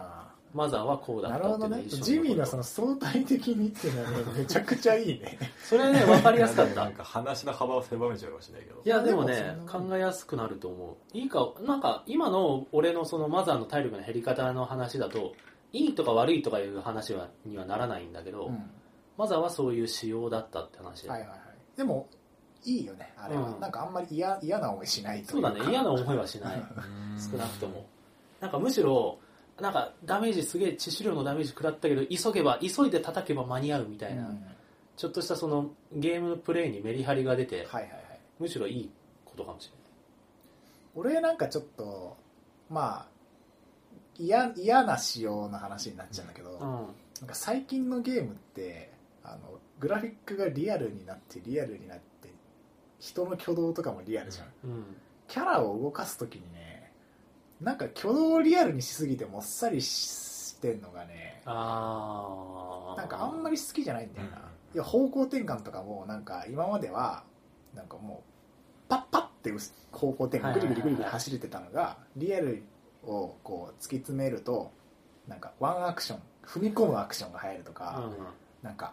マザーはこうだったっていうのがなるほどね。 一緒にジミーのその相対的にっていうのはね、めちゃくちゃいいね。 それね分かりやすかったなんか話の幅を狭めちゃうかもしれないけど。 いやでもねでもそんな考えやすくなると思う。いいかなんか今の俺のそのマザーの体力の減り方の話だといいとか悪いとかいう話はにはならないんだけど、 うん、 マザーはそういう仕様だったって話で、 はいはいはい。でもいいよねあれは、うん、なんかあんまり嫌嫌な思いしないというか。 そうだね、嫌な思いはしない少なくとも。なんかむしろなんかダメージすげえ致死量のダメージ食らったけど急げば急いで叩けば間に合うみたいな、うん、ちょっとしたそのゲームのプレイにメリハリが出て、 はいはいはい、 むしろいいことかもしれない。 俺なんかちょっとまあ嫌嫌な仕様の話になっちゃうんだけど、うん、なんか最近のゲームってあのグラフィックがリアルになってリアルになって人の挙動とかもリアルじゃん、うん、キャラを動かすときにねなんか挙動をリアルにしすぎてもっさりしてんのがね、あなんかあんまり好きじゃないんだよな、うん、いや方向転換とかもなんか今まではなんかもうパッパッって方向転換グリグリグリグリ走れてたのがリアルをこう突き詰めるとなんかワンアクション踏み込むアクションが入るとか、うん、なんか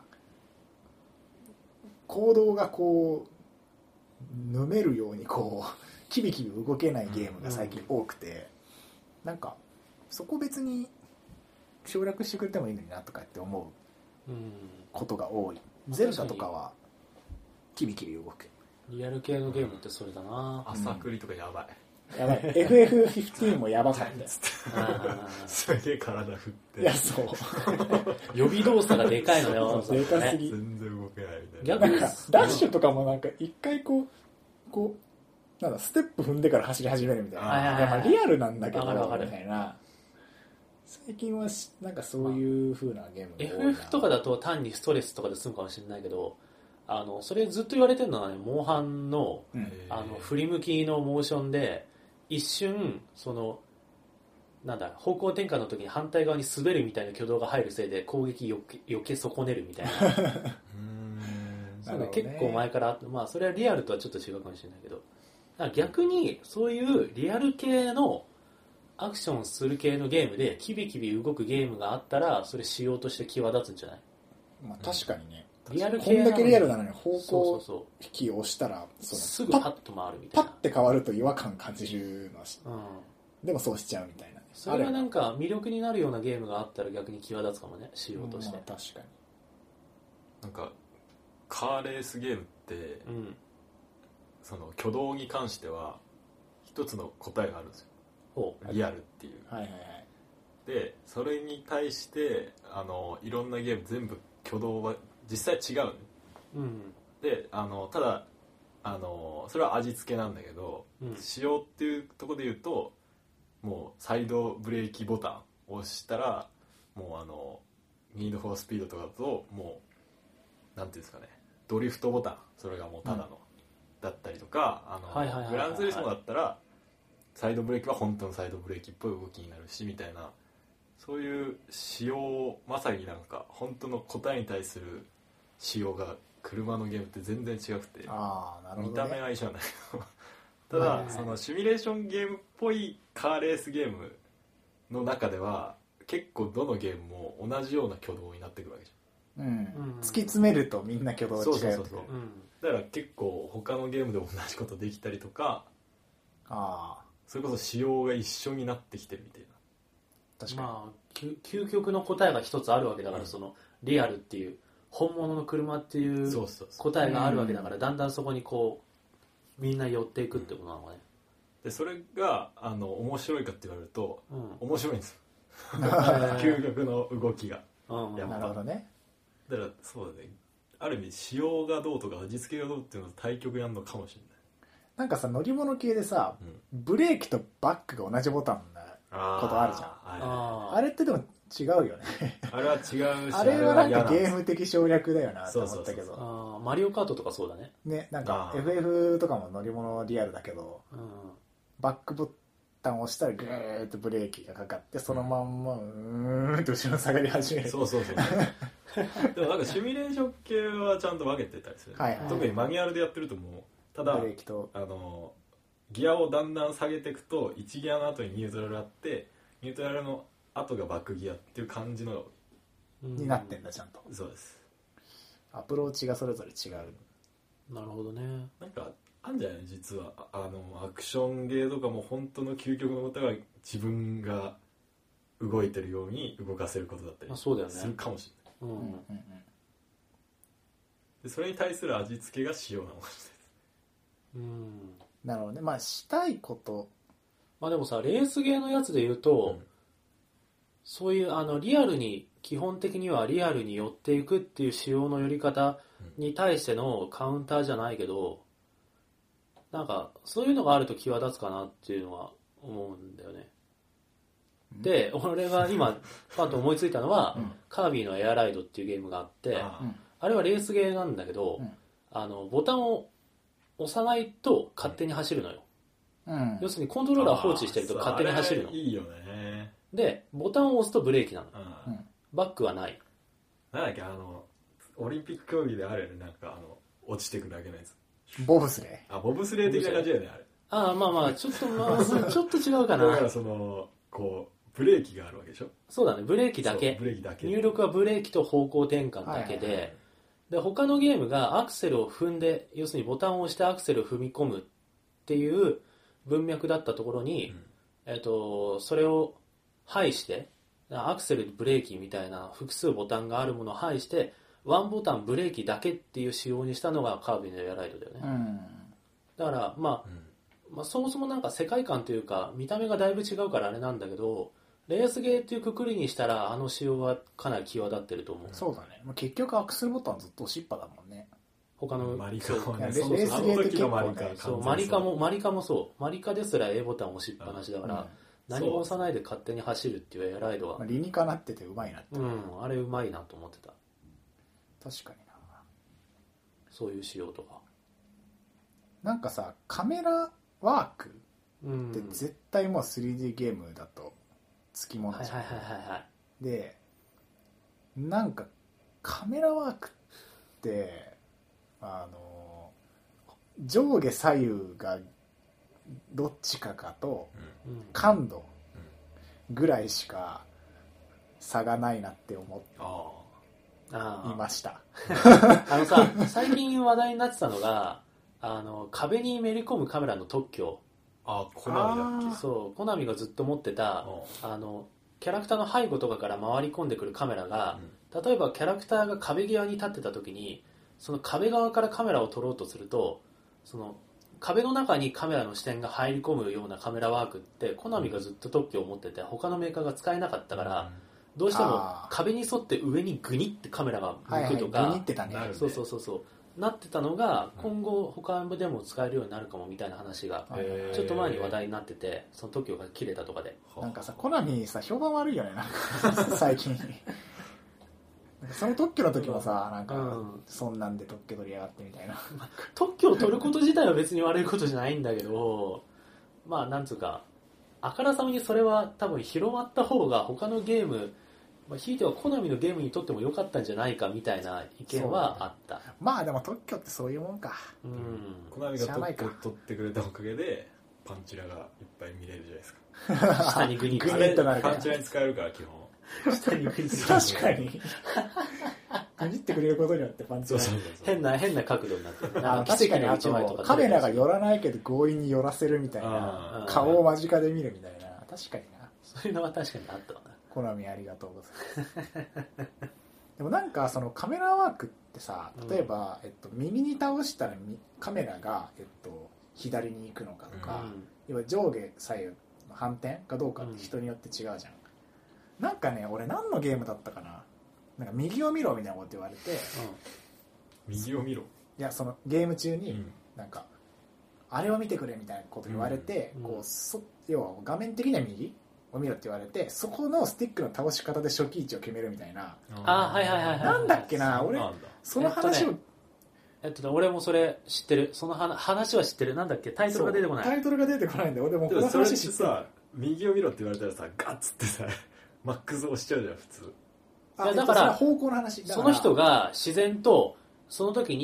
行動がこうぬめるようにこうキビキビ動けないゲームが最近多くて、うん、なんかそこ別に省略してくれてもいいのになとかって思うことが多い、うん、ゼルダとかはキビキビ動くリアル系のゲームってそれだな、 うん、朝栗とかやばいやばい エフエフフィフティーン もやばかったすげえ体振っていやそう予備動作がでかいのよでかすぎ全然動けないみたいななんかダッシュとかもなんか一回こうこうなんだステップ踏んでから走り始めるみたいな、いやまあリアルなんだけどみたいな。最近はなんかそういう風なゲームが多いな。 エフエフ とかだと単にストレスとかで済むかもしれないけど、あのそれずっと言われてるのはね、モンハンの、うん、あの振り向きのモーションで一瞬そのなんだ方向転換の時に反対側に滑るみたいな挙動が入るせいで攻撃よけ避け損ねるみたいなそうね、結構前からあって、まあそれはリアルとはちょっと違うかもしれないけど、逆にそういうリアル系のアクションする系のゲームでキビキビ動くゲームがあったらそれ仕様として際立つんじゃない？ まあ確かにね、 リアル系こんだけリアルなのに方向引きを押したらそのすぐパッと回るみたいな、 パッて変わると違和感感じるのは、うん、でもそうしちゃうみたいな、 それがなんか魅力になるようなゲームがあったら逆に際立つかもね、仕様として、 うん、まあ、確かになんかカーレースゲームって、うん、その挙動に関しては一つの答えがあるんですよ、リアルっていう、 はいはいはい、 でそれに対してあのいろんなゲーム全部挙動は実際違う、うん、であのただあのそれは味付けなんだけど、うん、仕様っていうところで言うともうサイドブレーキボタンを押したらもうあのニードフォースピードとかだともうなんていうんですかね、ドリフトボタン、それがもうただの、うん、だったりとか、あのグランツーリスモだったらサイドブレーキは本当のサイドブレーキっぽい動きになるしみたいな、そういう仕様、まさになんか本当の答えに対する仕様が車のゲームって全然違くて、 あー、なるほどね、 見た目は一緒なんだけどただ、はいはい、そのシミュレーションゲームっぽいカーレースゲームの中では結構どのゲームも同じような挙動になってくるわけじゃん、 うん、突き詰めるとみんな挙動違う、そうそうそうそう、 うん、だから結構他のゲームでも同じことできたりとか、 あそれこそ仕様が一緒になってきてるみたいな、 確かに、まあ、究極の答えが一つあるわけだから、うん、そのリアルっていう本物の車っていう答えがあるわけだから、だんだんそこにこうみんな寄っていくってことなのかね、 でそれがあの面白いかって言われると、うん、面白いんですよ究極の動きが、 うん、なるほどね、 だからそうだね、ある意味仕様がどうとか味付けがどうっていうのと対極やるのかもしれない。 なんかさ、乗り物系でさ、うん、ブレーキとバックが同じボタンなことあるじゃん。あ, あれってでも違うよねあれは違うし、 あれはなんかゲーム的省略だよなと思ったけど、 あ、マリオカートとかそうだね。 ね、なんか エフエフ とかも乗り物リアルだけど、うん、バックボタンを押したらグーッとブレーキがかかってそのまんまうーんと後ろ下がり始める。 そうそうそうでもなんかシミュレーション系はちゃんと分けてたりする、はいはい、特にマニュアルでやってるともうただブレーキとあのギアをだんだん下げていくといちギアの後にニュートラルあってニュートラルの後がバックギアっていう感じのになってんだちゃんと。 そうです。 アプローチがそれぞれ違う。 なるほどね。 なんかあんじゃない実はあのアクションゲーとかも本当の究極のことは自分が動いてるように動かせることだったりするかもしれない。 うんうんうん、 でそれに対する味付けが仕様なのかもしれないです。 うん、 なるほどね。まあしたいこと、 まあでもさレースゲーのやつで言うと、うん、そういうあのリアルに基本的にはリアルに寄っていくっていう仕様の寄り方に対してのカウンターじゃないけど、なんかそういうのがあると際立つかなっていうのは思うんだよね。で、俺が今パッと思いついたのは、うん、カービィのエアライドっていうゲームがあって、あ, あれはレースゲーなんだけど、うん、あのボタンを押さないと勝手に走るのよ、うん、要するにコントローラー放置してると勝手に走るの。 いいよね。 でボタンを押すとブレーキなの、うん、バックはない。 なんだっけあのオリンピック競技であるよね、なんかあの落ちてくだけのやつ、 ボブスレー。 あボブスレー的な感じだよねあれ。 ああまあまあちょっとまあちょっと違うかな。 だからそのこうブレーキがあるわけでしょ。 そうだね、ブレーキだけ。 ブレーキだけ。 入力はブレーキと方向転換だけで、はいはいはい、で他のゲームがアクセルを踏んで、要するにボタンを押してアクセルを踏み込むっていう文脈だったところに、うん、えっとそれを排してアクセルブレーキみたいな複数ボタンがあるものを排してワンボタンブレーキだけっていう仕様にしたのがカービィのエアライドだよね、うん、だからまあ、うん、まあそもそもなんか世界観というか見た目がだいぶ違うからあれなんだけど、レースゲーっていうくくりにしたらあの仕様はかなり際立ってると思う。 そうだね。結局アクセルボタンずっと押しっぱだもんね。 他のマリカもね、 レースゲーって結構ね、 そうマリカもマリカもそうマリカですら A ボタン押しっぱなしだから、うん、何も押さないで勝手に走るっていうエアライドは、 まあ、理にかなっててうまいなって。 うん、あれうまいなと思ってた。 確かにな。 そういう仕様とか。なんかさカメラワークって絶対もう スリーディー ゲームだとつきものじゃん、はいはいはいはい、でなんかカメラワークってあの上下左右がどっちかかと感度ぐらいしか差がないなって思っていました。 あのさ最近話題になってたのがあの壁にめり込むカメラの特許。 あ、コナミだっけ。 そう、コナミがずっと持ってたあのキャラクターの背後とかから回り込んでくるカメラが、うん、例えばキャラクターが壁際に立ってた時にその壁側からカメラを撮ろうとするとその壁の中にカメラの視点が入り込むようなカメラワークってコナミがずっと特許を持ってて他のメーカーが使えなかったから、うん、どうしても壁に沿って上にグニってカメラが向くとか、 はいはい、グニってたね。 そうそうそうそうなってたのが今後他でも使えるようになるかもみたいな話がちょっと前に話題になってて、その特許が切れたとかで、 なんかさコナミさ評判悪いよねなんか最近その特許の時もさなんか、うん、そんなんで特許取りやがってみたいな特許を取ること自体は別に悪いことじゃないんだけど、まあなんつうかあからさまにそれは多分広まった方が他のゲーム、まあ、ひいてはコナミのゲームにとっても良かったんじゃないかみたいな意見はあった、ね、 まあでも特許ってそういうもんか、 うん、 コナミが特許取ってくれたおかげでパンチラがいっぱい見れるじゃないですか下にグニグニッとなるパンチラに使えるから基本下にグニッ確かにグニってくれることによってパンチラ変な変な角度になってるあ確かにあとカメラが寄らないけど強引に寄らせるみたいな顔を間近で見るみたいな確かになそういうのは確かにあったわな。 コナミありがとうございますでもなんかそのカメラワークってさ例えば、うんえっと、右に倒したらカメラが、えっと、左に行くのかとか、うん、要は上下左右の反転かどうかって人によって違うじゃん、うん、なんかね俺何のゲームだったかななんか右を見ろみたいなこと言われて、 うん、右を見ろいやそのゲーム中になんか、うん、あれを見てくれみたいなこと言われて、うん、こうそ要は画面的には右を見ろって言われてそこのスティックの倒し方で初期位置を決めるみたいなあはいはいはいはいなんだっけな俺その話をえっとね俺もそれ知ってるその話は知ってるなんだっけタイトルが出てこないタイトルが出てこないんで俺もこの話知ってさ右を見ろって言われたらさガッツってさマックス押しちゃうじゃん普通いやだから方向の話その人が自然とその時に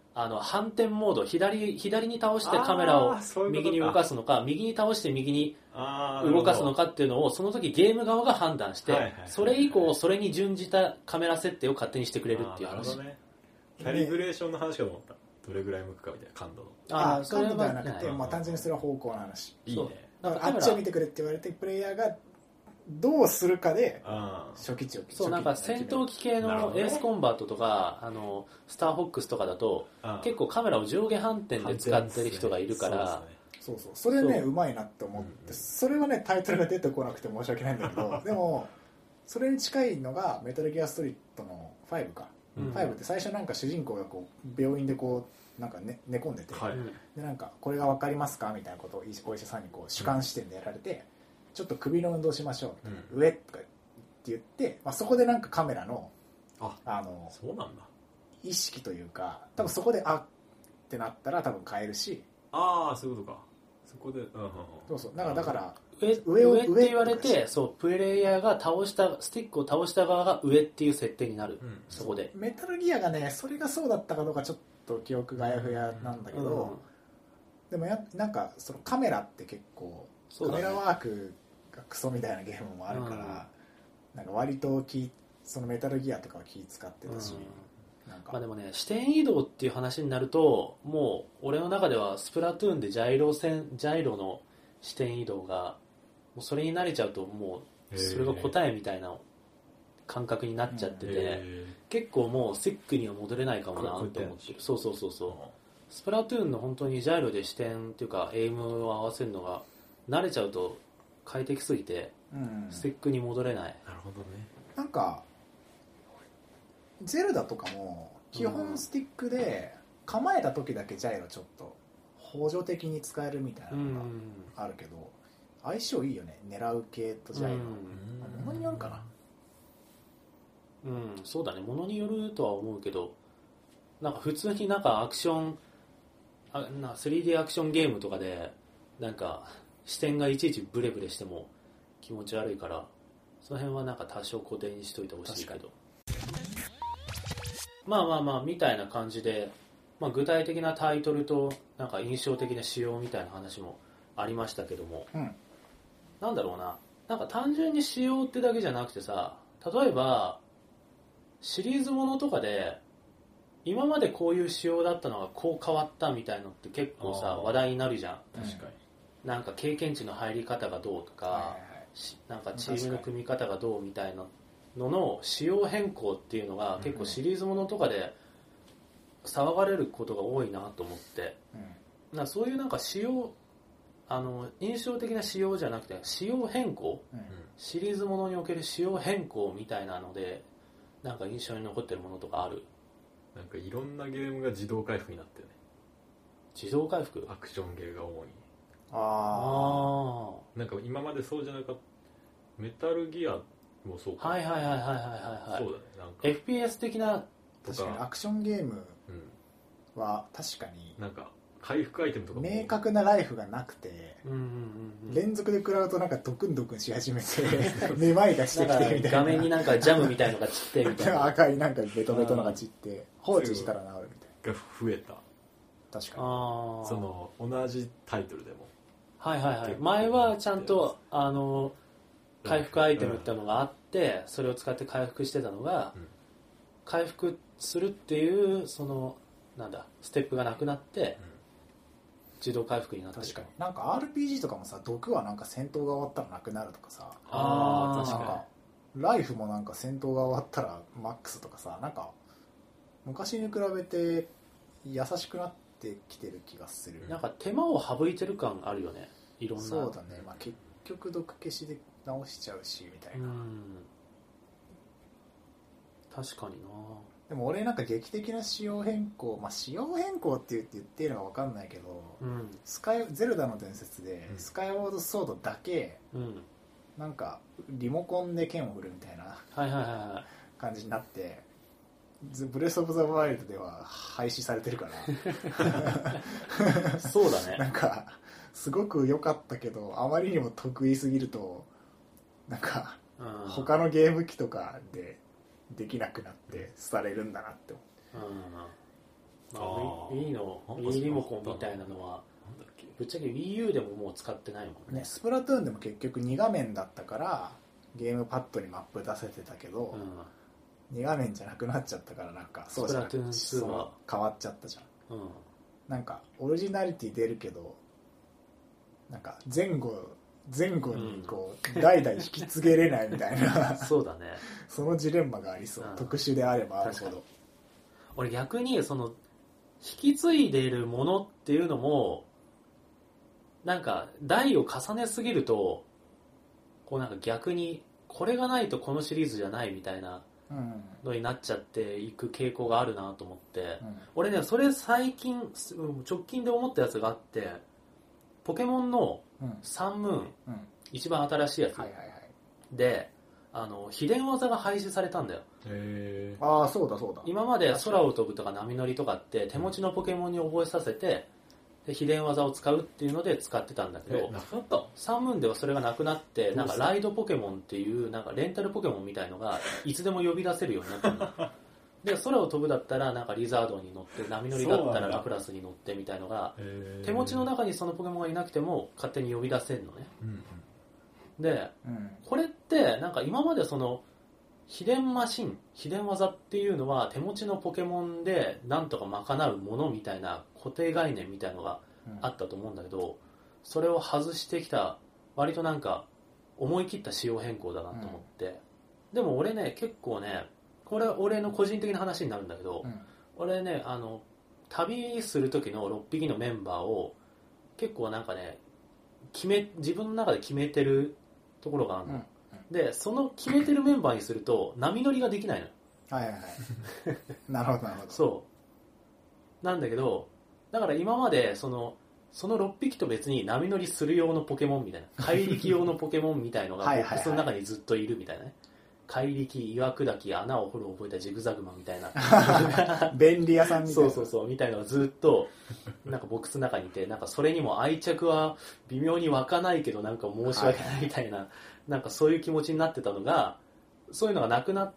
あの反転モード、左左に倒してカメラを右に動かすのか、右に倒して右に動かすのかっていうのをその時ゲーム側が判断して、はいはいはい、それ以降それに準じたカメラ設定を勝手にしてくれるっていう話。 ね、キャリブレーションの話かと思った。どれぐらい向くかみたいな感度の。 ああ、それはなくて、まあ単純にそれは方向の話。 いいね。 だからあっちを見てくれって言われてプレイヤーがどうするかで初期値をそうなんか戦闘機系のエースコンバットとか、あのスターフォックスとかだと結構カメラを上下反転で使ってる人がいるから、 そうそうそれねうまいなって思って、それはねタイトルが出てこなくて申し訳ないんだけどでもそれに近いのがメタルギアストリートのファイブか、うん、ファイブって最初なんか主人公がこう病院でこうなんか、ね、寝込んでて、はい、でなんかこれが分かりますかみたいなことをお医者さんにこう主観視点でやられて、うんちょっと首の運動しましょう、うん、上とかって言って、まあ、そこでなんかカメラのああのそうなんだ意識というか多分そこであってなったら多分変えるしああそういうことかそこで、うん、 そうそうだからだから上, 上, 上って言われてそうプレイヤーが倒したスティックを倒した側が上っていう設定になる、うん、そこでメタルギアがねそれがそうだったかどうかちょっと記憶があやふやなんだけど、うん、でもやなんかそのカメラって結構カメラワークがクソみたいなゲームもあるから、うん、なんか割と気そのメタルギアとかは気使ってたし、 うん、なんかまあでもね視点移動っていう話になるともう俺の中ではスプラトゥーンでジャイロ線ジャイロの視点移動がもうそれに慣れちゃうともうそれが答えみたいな感覚になっちゃってて、結構もうスティックには戻れないかもなと思ってる。そうそうそうそうスプラトゥーンの本当にジャイロで視点っていうかエイムを合わせるのが慣れちゃうと快適すぎて、うん、スティックに戻れない。 なるほどね。 なんかゼルダとかも基本スティックで構えた時だけジャイロちょっと補助的に使えるみたいなのがあるけど、相性いいよね。狙う系とジャイロ、うん、ものによるかな。 うん、そうだね。ものによるとは思うけど、なんか普通になんかアクションあな スリーディー アクションゲームとかでなんか視点がいちいちブレブレしても気持ち悪いから、その辺はなんか多少固定にしといてほしいけど、まあまあまあみたいな感じで、まあ、具体的なタイトルとなんか印象的な仕様みたいな話もありましたけども、うん、なんだろうな、なんか単純に仕様ってだけじゃなくてさ、例えばシリーズものとかで今までこういう仕様だったのがこう変わったみたいのって結構さ話題になるじゃん。 確かに。 なんか経験値の入り方がどうとか、はいはいはい、なんかチームの組み方がどうみたいなのの仕様変更っていうのが結構シリーズものとかで騒がれることが多いなと思って、うん、なんかそういうなんか仕様あの印象的な仕様じゃなくて仕様変更、うん、シリーズものにおける仕様変更みたいなのでなんか印象に残ってるものとかある？ なんかいろんなゲームが自動回復になってるね。 自動回復？ アクションゲーが主に。 ああ。なんか今までそうじゃなかった。メタルギアもそうか。 はいはいはいはいはいはい。そうだね。なんかエフピーエス 的な。 確かにアクションゲームは確かに。 なんか回復アイテムとかも明確なライフがなくて、うんうんうん、連続で食らうとなんかドクンドクンし始めてめまいがしてきてみたいな。 画面になんかジャムみたいのが散ってみたいな。 赤いなんかベトベトのが散って放置したら治るみたいな。 が増えた。 確かに。 その同じタイトルでも。 はいはいはい。前はちゃんとあの回復アイテムってのがあって、それを使って回復してたのが、うん、回復するっていうそのなんだステップがなくなって、うん、自動回復になってる。 確かに。なんか アールピージー とかもさ、毒はなんか戦闘が終わったらなくなるとかさ、 ああ確かに。ライフもなんか戦闘が終わったらマックスとかさ、なんか昔に比べて優しくなってきてる気がする。 なんか手間を省いてる感あるよね。いろんな。 そうだね。まあ結局毒消しで直しちゃうしみたいな。うん。 確かにな。 でも俺なんか劇的な仕様変更、まあ仕様変更って言って言っていいのか分かんないけど、うん、スカイゼルダの伝説で、うん、スカイウォードソードだけ、うん、なんかリモコンで剣を振るみたいな感じになって、ブレスオブザワイルドでは廃止されてるからそうだね。 なんかすごく良かったけどあまりにも得意すぎるとなんか、うん、他のゲーム機とかでできなくなってされるんだなって思う、 まあ、Wii の Wii リモコンみたいなのはぶっちゃけ WiiU でももう使ってないもんね。 ね、スプラトゥーンでも結局に画面だったからゲームパッドにマップ出せてたけど、うん、に画面じゃなくなっちゃったからなんかそうじゃなくて変わっちゃったじゃん、うん、なんかオリジナリティ出るけどなんか前後前後にこう、うん、代々引き継げれないみたいなそうだねそのジレンマがありそう、うん、特殊であればあるほど。 俺逆にその引き継いでいるものっていうのもなんか代を重ねすぎるとこうなんか逆にこれがないとこのシリーズじゃないみたいなのになっちゃっていく傾向があるなと思って、うん、俺ねそれ最近直近で思ったやつがあってポケモンのサンムーン、うんうん、一番新しいやつ、はいはいはい、であの秘伝技が廃止されたんだよ。 へー、ああそうだそうだ。 今まで空を飛ぶとか波乗りとかって手持ちのポケモンに覚えさせてで秘伝技を使うっていうので使ってたんだけど、サンムーンではそれがなくなってなんかライドポケモンっていうなんかレンタルポケモンみたいのがいつでも呼び出せるようになったので空を飛ぶだったらなんかリザードに乗って波乗りだったらラプラスに乗ってみたいのが手持ちの中にそのポケモンがいなくても勝手に呼び出せるのね、うんうん、で、うん、これってなんか今までその秘伝マシン秘伝技っていうのは手持ちのポケモンでなんとか賄うものみたいな固定概念みたいのがあったと思うんだけど、うん、それを外してきた割となんか思い切った仕様変更だなと思って、うん、でも俺ね結構ねこれは俺の個人的な話になるんだけど、うん、俺ねあの旅する時のろっぴきのメンバーを結構なんかね決め自分の中で決めてるところがあるの、うんでその決めてるメンバーにすると波乗りができないのよ。 はいはいはいなるほどなるほど。 そうなんだけどだから今までそのそのろっぴきと別に波乗りする用のポケモンみたいな怪力用のポケモンみたいのがボックスの中にずっといるみたいなね。怪力岩砕き穴を掘るを覚えたジグザグマンみたいな便利屋さんみたいなそうそうそうみたいなのがずっとなんかボックスの中にいてなんかそれにも愛着は微妙に湧かないけどなんか申し訳ないみたいな、はい、なんかそういう気持ちになってたのがそういうのがなくなって、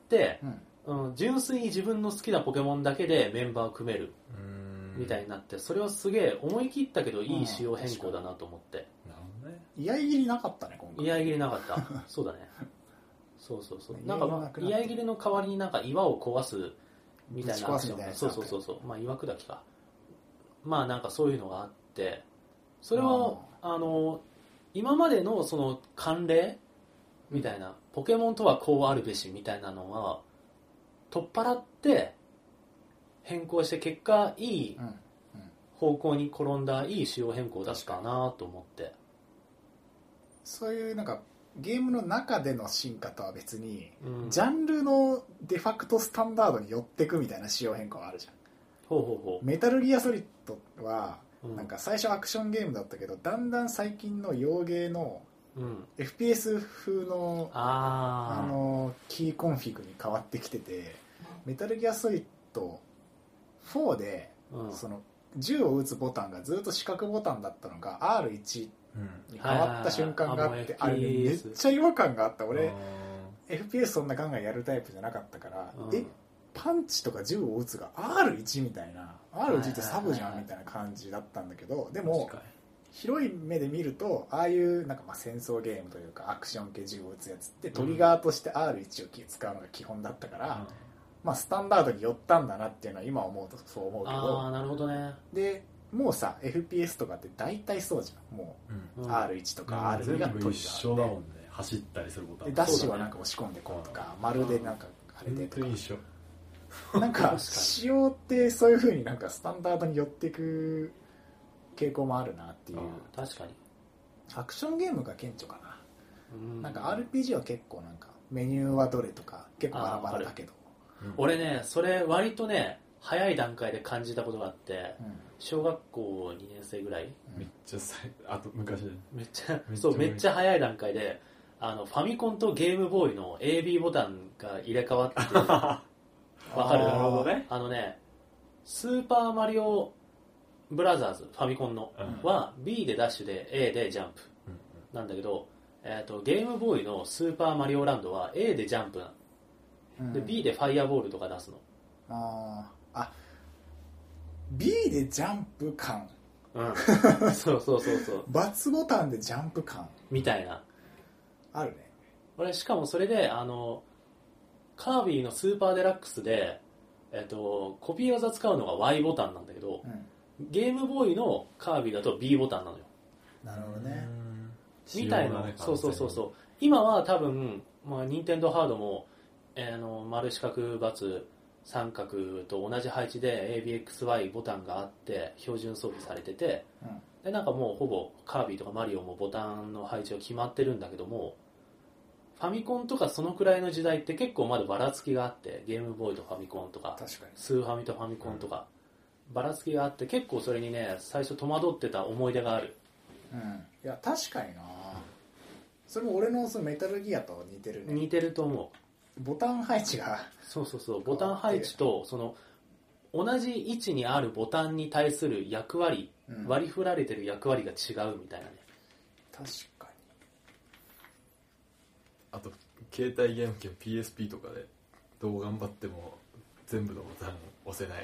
うんうん、純粋に自分の好きなポケモンだけでメンバーを組めるみたいになってそれはすげえ思い切ったけどいい仕様変更だなと思って、 うんね、居合切りなかったね今回。 居合切りなかったそうだねそうそうそうなんか、まあ、居合切りの代わりになんか岩を壊すみたいなアクションがそうそうそうそうまあ岩砕きかまあなんかそういうのがあってそれはあの今までのその慣例みたいなポケモンとはこうあるべしみたいなのは取っ払って変更して結果いい方向に転んだいい仕様変更だったなと思ってそういうなんかゲームの中での進化とは別に、うん、ジャンルのデファクトスタンダードに寄ってくみたいな仕様変更があるじゃん。 ほうほうほう。 メタルギアソリッドは、うん、なんか最初アクションゲームだったけどだんだん最近の洋ゲーの、うん、エフピーエス 風の、ああのキーコンフィグに変わってきててメタルギアソリッドフォーで、うん、その銃を撃つボタンがずっと四角ボタンだったのが アールワン に変わった瞬間があって、あれめっちゃ違和感があった。俺 エフピーエス そんなガンガンやるタイプじゃなかったから、うん、えパンチとか銃を撃つが アールワン みたいな アールワン ってサブじゃんみたいな感じだったんだけど、でも広い目で見るとああいうなんかまあ戦争ゲームというかアクション系銃を撃つやつってトリガーとして アールワン を使うのが基本だったから、うん、まあスタンダードに寄ったんだなっていうのは今思うとそう思うけど、 あーなるほどね。 でもうさ エフピーエス とかって大体そうじゃんもう、うん、アールワン とか アールツー がトリガーで、 一緒だもんね。走ったりすることでダッシュはなんか押し込んでこうとか、丸でなんかあれでとか、 一緒なんか仕様ってそういう風になんかスタンダードに寄っていく傾向もあるなっていう。 確かにアクションゲームが顕著かな。うんなんか アールピージー は結構なんかメニューはどれとか結構バラバラだけど、 うん、俺ねそれ割とね早い段階で感じたことがあって、うん、小学校にねん生ぐらい、 めっちゃさあと昔めっちゃそうめっちゃ早い段階であのファミコンとゲームボーイの エービー ボタンが入れ替わってわかる？ なるほどね。 あのねスーパーマリオブラザーズファミコンの、うん、は ビー でダッシュで エー でジャンプ、うんうん、なんだけど、えーと、ゲームボーイのスーパーマリオランドは エー でジャンプなの、うん、で ビー でファイアボールとか出すの。 ああ B でジャンプ感、 うん、そうそうそうそう ×ボタンでジャンプ感みたいなあるね。 俺しかもそれであのカービィのスーパーデラックスで、えっと、コピー技使うのが Y ボタンなんだけど、うん、ゲームボーイのカービィだと B ボタンなのよ。 なるほどね。 みたいな、ね、そうそうそうそう。今は多分、まあ、任天堂ハードも、えー、の丸四角×三角と同じ配置で エービーエックスワイ ボタンがあって標準装備されてて、うん、でなんかもうほぼカービィとかマリオもボタンの配置は決まってるんだけども、ファミコンとかそのくらいの時代って結構まだばらつきがあって、ゲームボーイとファミコンとかスーファミとファミコンとかばらつきがあって、結構それにね最初戸惑ってた思い出がある。 うん、いや確かにな、それも俺のそのメタルギアと似てるね。 似てると思う。 ボタン配置がそうそうそう、ボタン配置とその同じ位置にあるボタンに対する役割、うん、割り振られてる役割が違うみたいなね。 確かに。 あと携帯ゲーム機の ピーエスピー とかでどう頑張っても全部のボタン押せない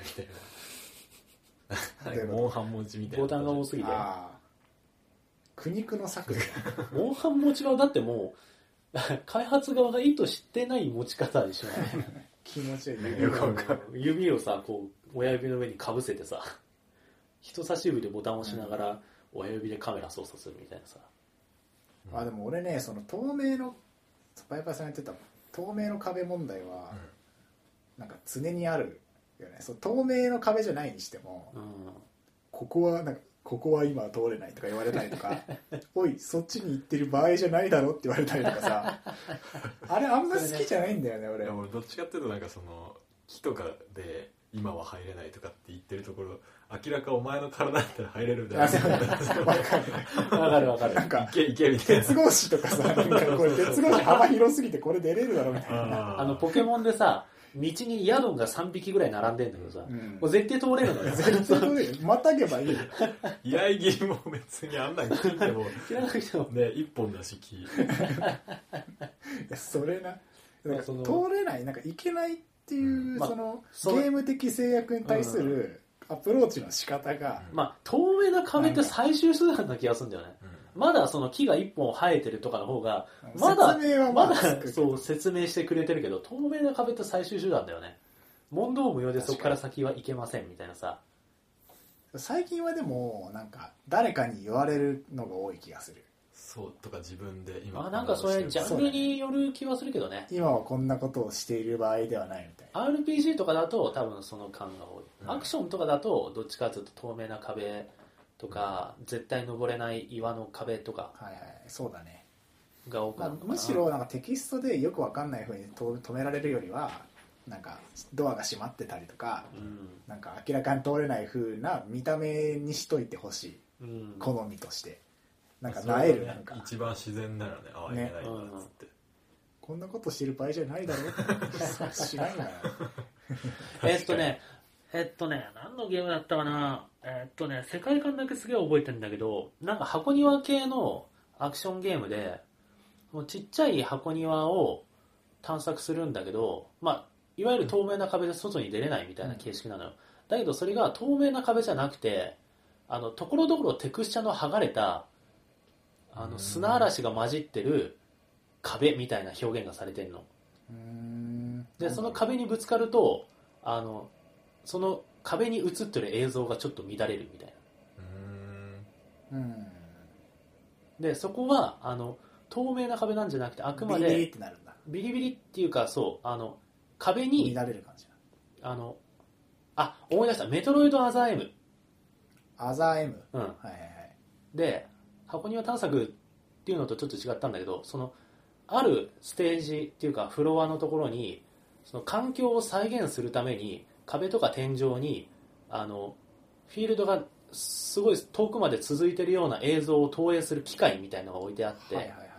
みたいなモンハン持ちみたいなボタンが多すぎて、 あ苦肉の策でモンハン持ちはだってもう開発側が意図してない持ち方でしょ気持ちいい指をさこう親指の上にかぶせてさ人差し指でボタンを押しながら親指でカメラ操作するみたいなさ、 うん、あでも俺ねその透明のパイパイさんが言ってた透明の壁問題は、うん、なんか常にあるよね。そう透明の壁じゃないにしても、うん、ここはなんかここは今通れないとか言われたりとかおいそっちに行ってる場合じゃないだろって言われたりとかさあれあんま好きじゃないんだよね。俺俺どっちかっていうとなんかその木とかで今は入れないとかって言ってるところ明らかお前の体だったら入れるみたいなわかるわかるなんかいけいけみたいな鉄格子とかさなんかこれ鉄格子幅広すぎてこれ出れるだろみたいなあのポケモンでさ道にヤドンがさんびきぐらい並んでんだけどさ、うん、もう絶対通れるのよ絶対通れるまたげばいい居合切りも別にあんなに切っても切らなくてもね一本だし木いやそれななんか通れないなんかいけないっていう、うん、その、ま、ゲーム的制約に対するアプローチの仕方が、 うん、まあ透明な壁って最終手段な気がするんだよね、うん、まだその木が一本生えてるとかの方がまだ説明はまだそう説明してくれてるけど透明な壁って最終手段だよね。問答無用でそこから先はいけませんみたいなさ。 最近はでもなんか誰かに言われるのが多い気がする。 そうとか自分で今あなんかそれジャンルによる気はするけどね。 今はこんなことをしている場合ではないみたいな。 アールピージー とかだと多分その感が多い、うん、アクションとかだとどっちかというと透明な壁とか、うん、絶対登れない岩の壁とかはいはいそうだねが多くなるのかな、 まあ、むしろなんかテキストでよくわかんない風に止められるよりはなんかドアが閉まってたりとか、うん、なんか明らかに通れない風な見た目にしといてほしい、うん、好みとしてなんかなえる、なんか一番自然ならねああいけないんだっつって、ねうん、 こんなことしてる場合じゃないだろって知らんがなえっとねえっとね何のゲームだったかなえっとね世界観だけすげえ覚えてるんだけどなんか箱庭系のアクションゲームでもうちっちゃい箱庭を探索するんだけどまあいわゆる透明な壁で外に出れないみたいな形式なのよ、うん、だけどそれが透明な壁じゃなくてあのところどころテクスチャの剥がれたあの砂嵐が混じってる壁みたいな表現がされてるの。うーんでその壁にぶつかるとあのその壁に映ってる映像がちょっと乱れるみたいな。うーんでそこはあの透明な壁なんじゃなくてあくまでビリビリってなるんだ。 ビリビリっていうかそうあの壁に乱れる感じあのあ思い出したメトロイドアザー M アザー M うんはいはいはいで箱庭探索っていうのとちょっと違ったんだけどそのあるステージっていうかフロアのところにその環境を再現するために壁とか天井にあのフィールドがすごい遠くまで続いてるような映像を投影する機械みたいなのが置いてあって、はいはいはい、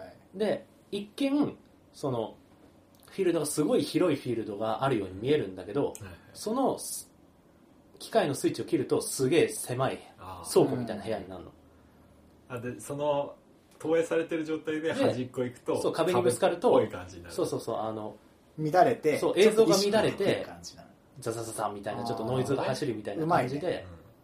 で一見そのフィールドがすごい広いフィールドがあるように見えるんだけど、はいはい、その機械のスイッチを切るとすげえ狭い倉庫みたいな部屋になるの。 あでその投影されてる状態で端っこ行くとそう壁にぶつかるとこういう感じになる。 そうそうそうあの乱れてそう映像が乱れてザザザザみたいなちょっとノイズが走るみたいな感じで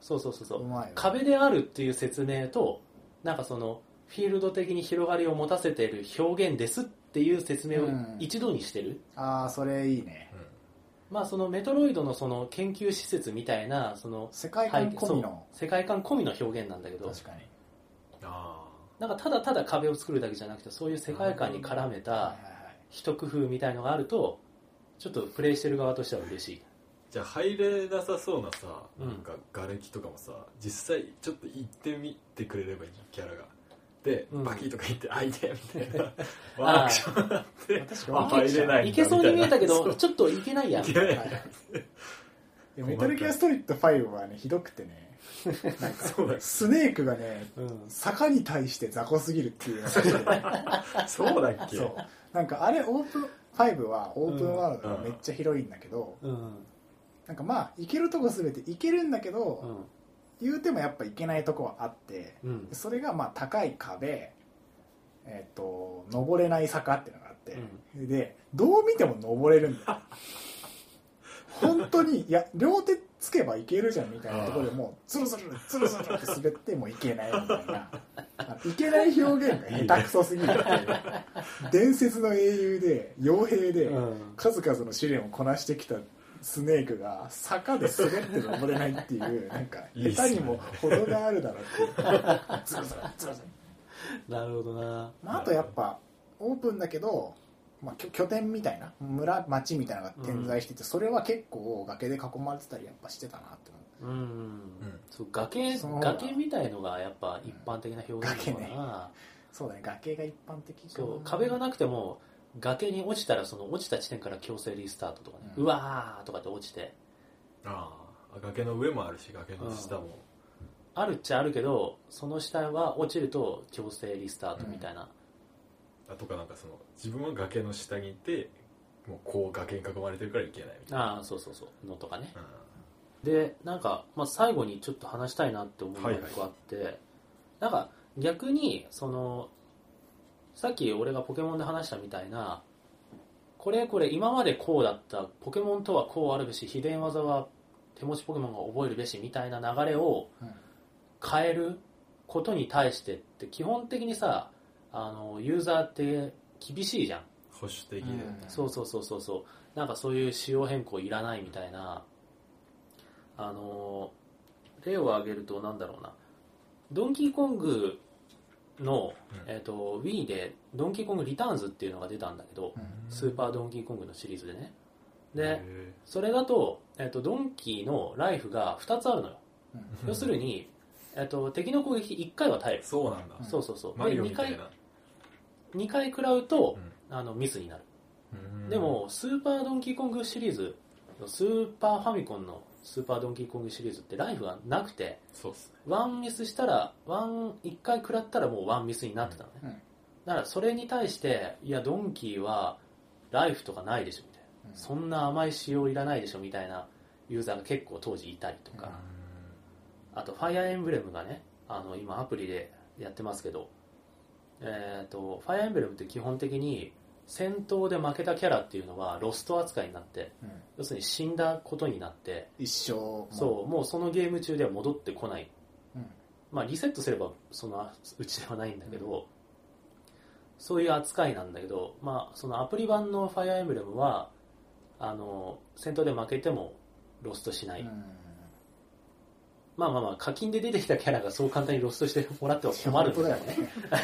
そうそうそうそううまいよ壁であるっていう説明となんかそのフィールド的に広がりを持たせている表現ですっていう説明を一度にしてる、 うん、ああそれいいね、 まあそのメトロイドのその研究施設みたいなその世界観込みの世界観込みの表現なんだけど、 確かにあなんかただただ壁を作るだけじゃなくてそういう世界観に絡めた一工夫みたいのがあるとちょっとプレイしてる側としては嬉しい。 じゃあ入れなさそうなさ、 うんなんか瓦礫とかもさ実際ちょっと行ってみてくれればいいキャラがで、うん、バキとか言ってあいてみたいなワークションがあって確か入れないんだいけそうに見えたけどちょっといけないやん。 いけないメタルギアストリートファイブはねひどくてねなんかスネークがね、うん、坂に対して雑魚すぎるっていうのがそうだっけ。 そうなんかあれオープンファイブはオープンワールドがめっちゃ広いんだけど、うんうん、なんかまあ行けるとこ全て行けるんだけど、うん言うてもやっぱ行けないとこはあって、うん、それがまあ高い壁、えー、と登れない坂っていうのがあって、うん、でどう見ても登れるんだよ本当にいや両手つけば行けるじゃんみたいなところでもうツルツルツルツルって滑っても行けないみたいな行けない表現が下手くそすぎるっていう伝説の英雄で傭兵で数々の試練をこなしてきたスネークが坂で滑って登れないっていうなんか下手にも程があるだろうっていうズルズルズルズルなるほどな、 まあ、あとやっぱオープンだけど、まあ、拠点みたいな村町みたいなのが点在してて、うん、それは結構崖で囲まれてたりやっぱしてたなって思う、うんうん、 そう崖崖みたいのがやっぱ一般的な表現なのかな、ね、 そうだね崖が一般的かな。 そう壁がなくても崖に落ちたらその落ちた地点から強制リスタートとかね、うん、うわーとかって落ちてああ崖の上もあるし崖の下も、うん、 あるっちゃあるけどその下は落ちると強制リスタートみたいな、 うん、あとかなんかその自分は崖の下にいてもうこう崖に囲まれてるからいけないみたいなああそうそうそうのとかね、うん、でなんか、まあ、最後にちょっと話したいなって思うのが一個あって、はいはい、なんか逆にそのさっき俺がポケモンで話したみたいなこれこれ今までこうだったポケモンとはこうあるべし秘伝技は手持ちポケモンが覚えるべしみたいな流れを変えることに対してって基本的にさあのユーザーって厳しいじゃん保守的で、うん、 そうそうそうそうそうなんかそういう仕様変更いらないみたいなあの例を挙げるとなんだろうなドンキーコングの、えー、と Wii でドンキーコングリターンズっていうのが出たんだけど、うん、スーパードンキーコングのシリーズでねでそれだと、えー、とドンキーのライフがふたつあるのよ、うん、要するに、えー、と敵の攻撃いっかいは耐えるそうなんだそうそうそうマリオみたいなでにかい食らうと、うん、あのミスになるでもスーパードンキーコングシリーズスーパーファミコンのスーパードンキーコングシリーズってライフがなくてそうっす、ね、 ワンミスしたらワンいっかい食らったらもうワンミスになってたのね、うん、だからそれに対していやドンキーはライフとかないでしょみたいな、うん、そんな甘い仕様いらないでしょみたいなユーザーが結構当時いたりとか、うん、あとファイアーエンブレムがねあの今アプリでやってますけど、えーと、ファイアーエンブレムって基本的に戦闘で負けたキャラっていうのはロスト扱いになって、うん、要するに死んだことになって一生そうもうそのゲーム中では戻ってこない、うん、まあリセットすればそのうちではないんだけど、うん、そういう扱いなんだけど、まあ、そのアプリ版のファイアーエンブレムはあの戦闘で負けてもロストしない、うん、まあまあまあ課金で出てきたキャラがそう簡単にロストしてもらっては困るんだよね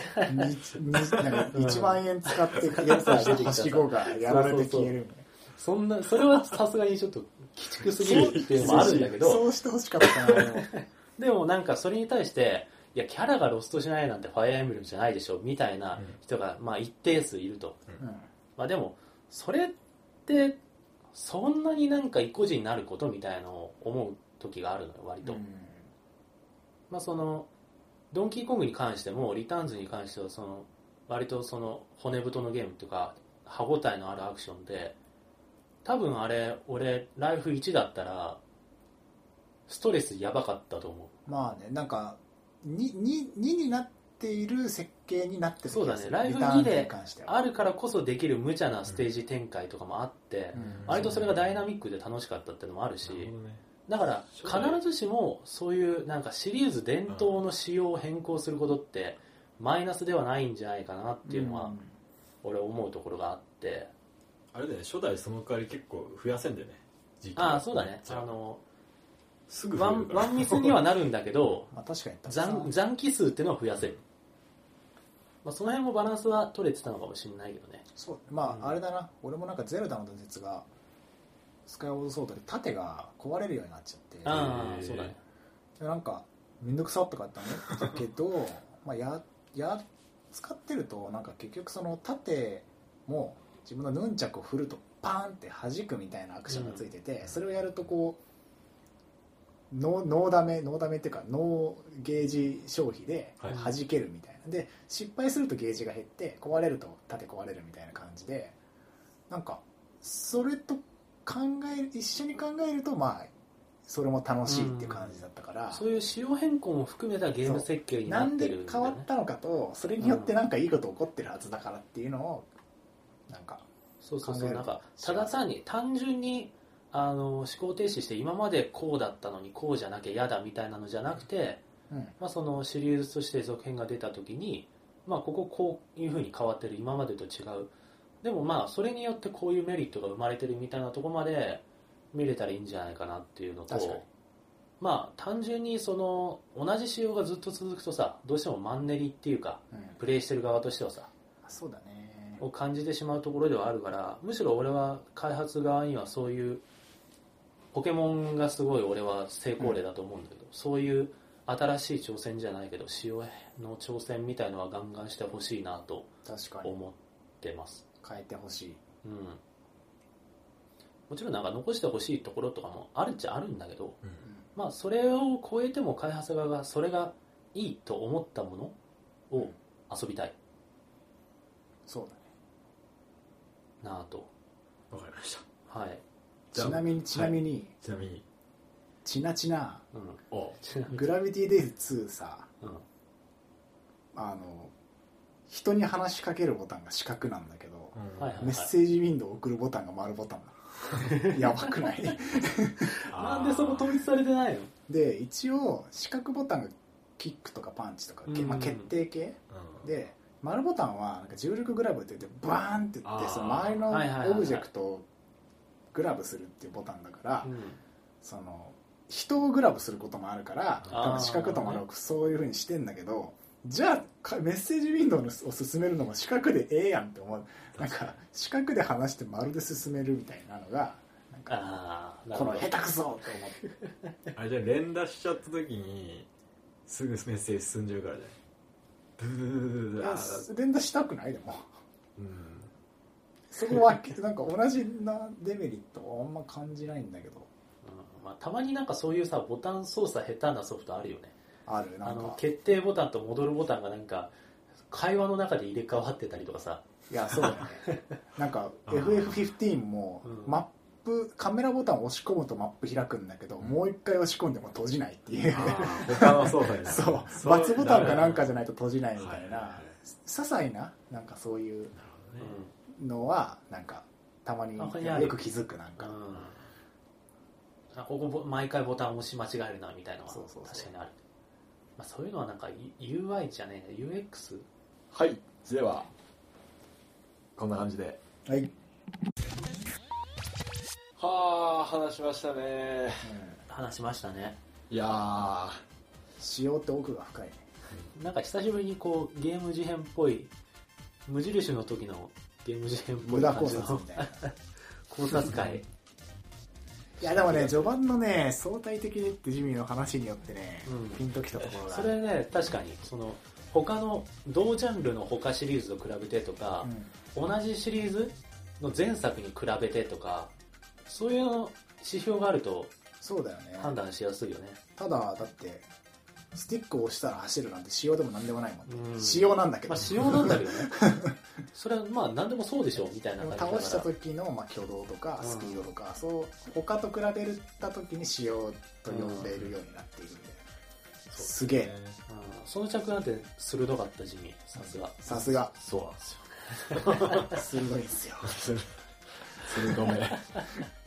いちまん円使ってゲットしたはしごがやられて消えるみたいなそんなそれはさすがにちょっと鬼畜すぎるっていうのもあるんだけどそうしてほしかったなでもなんかそれに対していやキャラがロストしないなんてファイアーエンブレムじゃないでしょみたいな人がまあ一定数いると、うんまあ、でもそれってそんなになんか一個人になることみたいなのを思う時があるのよ割と、うんまあ、そのドンキーコングに関してもリターンズに関してはその割とその骨太のゲームっていうか歯応えのあるアクションで多分あれ俺ライフいちだったらストレスやばかったと思うまあねなんか に, に, にになっている設計になってるそうだねライフにであるからこそできる無茶なステージ展開とかもあって、うん、割とそれがダイナミックで楽しかったっていうのもあるし、ね、 だから必ずしもそういうなんかシリーズ伝統の仕様を変更することってマイナスではないんじゃないかなっていうのは俺思うところがあって、 あれだね、初代その代わり結構増やせんでね。 ああそうだね、あのすぐワンワンミスにはなるんだけどまあ確かに残残機数っていうのは増やせる、まあ、その辺もバランスは取れてたのかもしれないけどね。 そうまあ、 うん、 あれだな、俺もなんかゼルダの伝説がスカイウォードソードで盾が壊れるようになっちゃって、 ああそうだね、 なんかめんどくさとかって思ったけどまあやや使ってるとなんか結局その盾も自分のヌンチャクを振るとパーンって弾くみたいなアクションがついてて、うん、それをやるとこうノー、ノーダメノーダメっていうかノーゲージ消費で弾けるみたいな、はい、で失敗するとゲージが減って壊れると盾壊れるみたいな感じで、なんかそれと考え一緒に考えるとまあそれも楽しいっていう感じだったから、うん、 そういう仕様変更も含めたゲーム設計になってるんだよね。 なんで変わったのかとそれによってなんかいいこと起こってるはずだからっていうのをなんかそうそうそう、なんかただ単に単純にあの思考停止して今までこうだったのにこうじゃなきゃ嫌だみたいなのじゃなくて、うんまあ、そのシリーズとして続編が出た時に、まあ、こここういう風に変わってる、今までと違う、でもまあそれによってこういうメリットが生まれてるみたいなところまで見れたらいいんじゃないかなっていうのと、まあ単純にその同じ仕様がずっと続くとさ、どうしてもマンネリっていうか、うん、プレイしてる側としてはさ、 そうだねを感じてしまうところではあるから、むしろ俺は開発側にはそういうポケモンがすごい俺は成功例だと思うんだけど、うん、そういう新しい挑戦じゃないけど仕様の挑戦みたいのはガンガンしてほしいなと思ってます。 変えてほしい、 うん、もちろんなんか残してほしいところとかもあるっちゃあるんだけど、うん、まあそれを超えても開発側がそれがいいと思ったものを遊びたい、 そうだねなぁと。 わかりました。 はい。 ちなみにちなみに、 はい、ちなみにちなちな、 うん、 おグラビティデイズツーさ、 うん、 あの人に話しかけるボタンが四角なんだけど、 うんはいはいはい、 メッセージウィンドウを送るボタンが丸ボタンなのやばくないなんでそこ統一されてないの？ で一応四角ボタンがキックとかパンチとか、うんまあ、決定系、うん、で丸ボタンはなんか重力グラブって言ってバーンって言ってその周りのオブジェクトをグラブするっていうボタンだから、うん、その人をグラブすることもあるから多分四角と丸をそういう風にしてんだけど、じゃあメッセージウィンドウを進めるのも四角でええやんって思う。なんか四角で話して丸で進めるみたいなのがなんかあこの下手くそって思ってあれじゃあ連打しちゃった時にすぐメッセージ進んじゃうからね。 連打したくないでも、 うん、 そこはなんか同じなデメリットはあんま感じないんだけど、 うんまあ、たまになんかそういうさボタン操作下手なソフトあるよね。 ある。なんかあの決定ボタンと戻るボタンがなんか会話の中で入れ替わってたりとかさ。 いやそうだねなんか エフエフじゅうご もマップカメラボタンを押し込むとマップ開くんだけど、うん、もう一回押し込んでも閉じないっていう他の操作にそう×ボタンかなんかじゃないと閉じないみたいな、はい、些細ななんかそういうのはなんかたまによく気づくなんか、うん、 あここ毎回ボタン押し間違えるなみたいなのはそうそうそう確かにある。まあ、そういうのはなんか ユーアイ じゃねえ ユーエックス。 はいではこんな感じではいはあ話しましたね、うん、 話しましたね。 いやー仕様って奥が深いね。 なんか久しぶりにこうゲーム事変っぽい無印の時のゲーム事変っぽい感じの無駄考察みたいな考察会いやでもね序盤のね相対的にってジミーの話によってね、うん、ピンときたところがそれね確かにその他の同ジャンルの他シリーズと比べてとか、うん、同じシリーズの前作に比べてとかそういう指標があるとそうだよね判断しやすいよね。 ただだってスティックを押したら走るなんて仕様でも何でもないもんね、うん、仕様なんだけど、 まあ、仕様なんだけどねそれはまあ何でもそうでしょみたいな感じだから倒した時のまあ挙動とかスピードとか、うん、そう他と比べた時に仕様と呼んでいるようになっているんで、うん、すげえ、 うん、その着なんて鋭かった地味さすがさすがそうなんですよ鋭いんですよ鋭め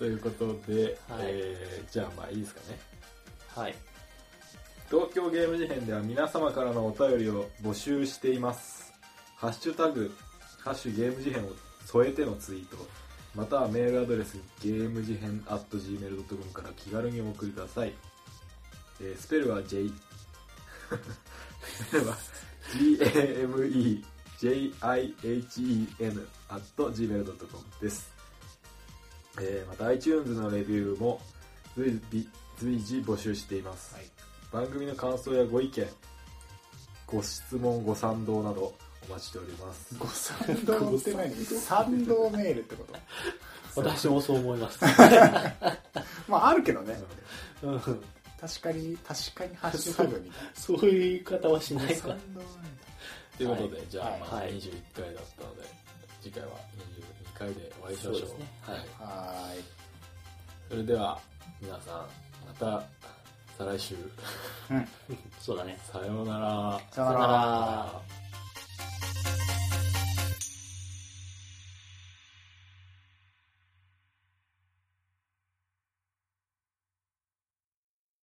ということで、 はいえー、じゃあまあいいですかね。 はい。 東京ゲーム事変では皆様からのお便りを募集しています。ハッシュタグ、ハッシュゲーム事変を添えてのツイート、またはメールアドレスゲーム事変 アットジーメールドットコム から気軽にお送りください。えー、スペルは J スペルは ジーエーエムイージェイアイエイチイーエヌ アットジーメールドットコム です。えー、また iTunes のレビューも随時随時募集しています、はい、番組の感想やご意見、ご質問、ご賛同などお待ちしております。 ご賛同って何？賛同メールってこと？ 私もそう思いますまああるけどね、 うん、 確かに確かにハッシュタグみたいなそういう言い方はしないかということで、はい、じゃあ、 はい、 まあ、にじゅういっかいだったので、次回はにじゅうにかいでお会いしましょう。そうですね。はい。 はい。 それでは、皆さん、また、再来週。 うん。そうだね。 さようなら。 さようなら。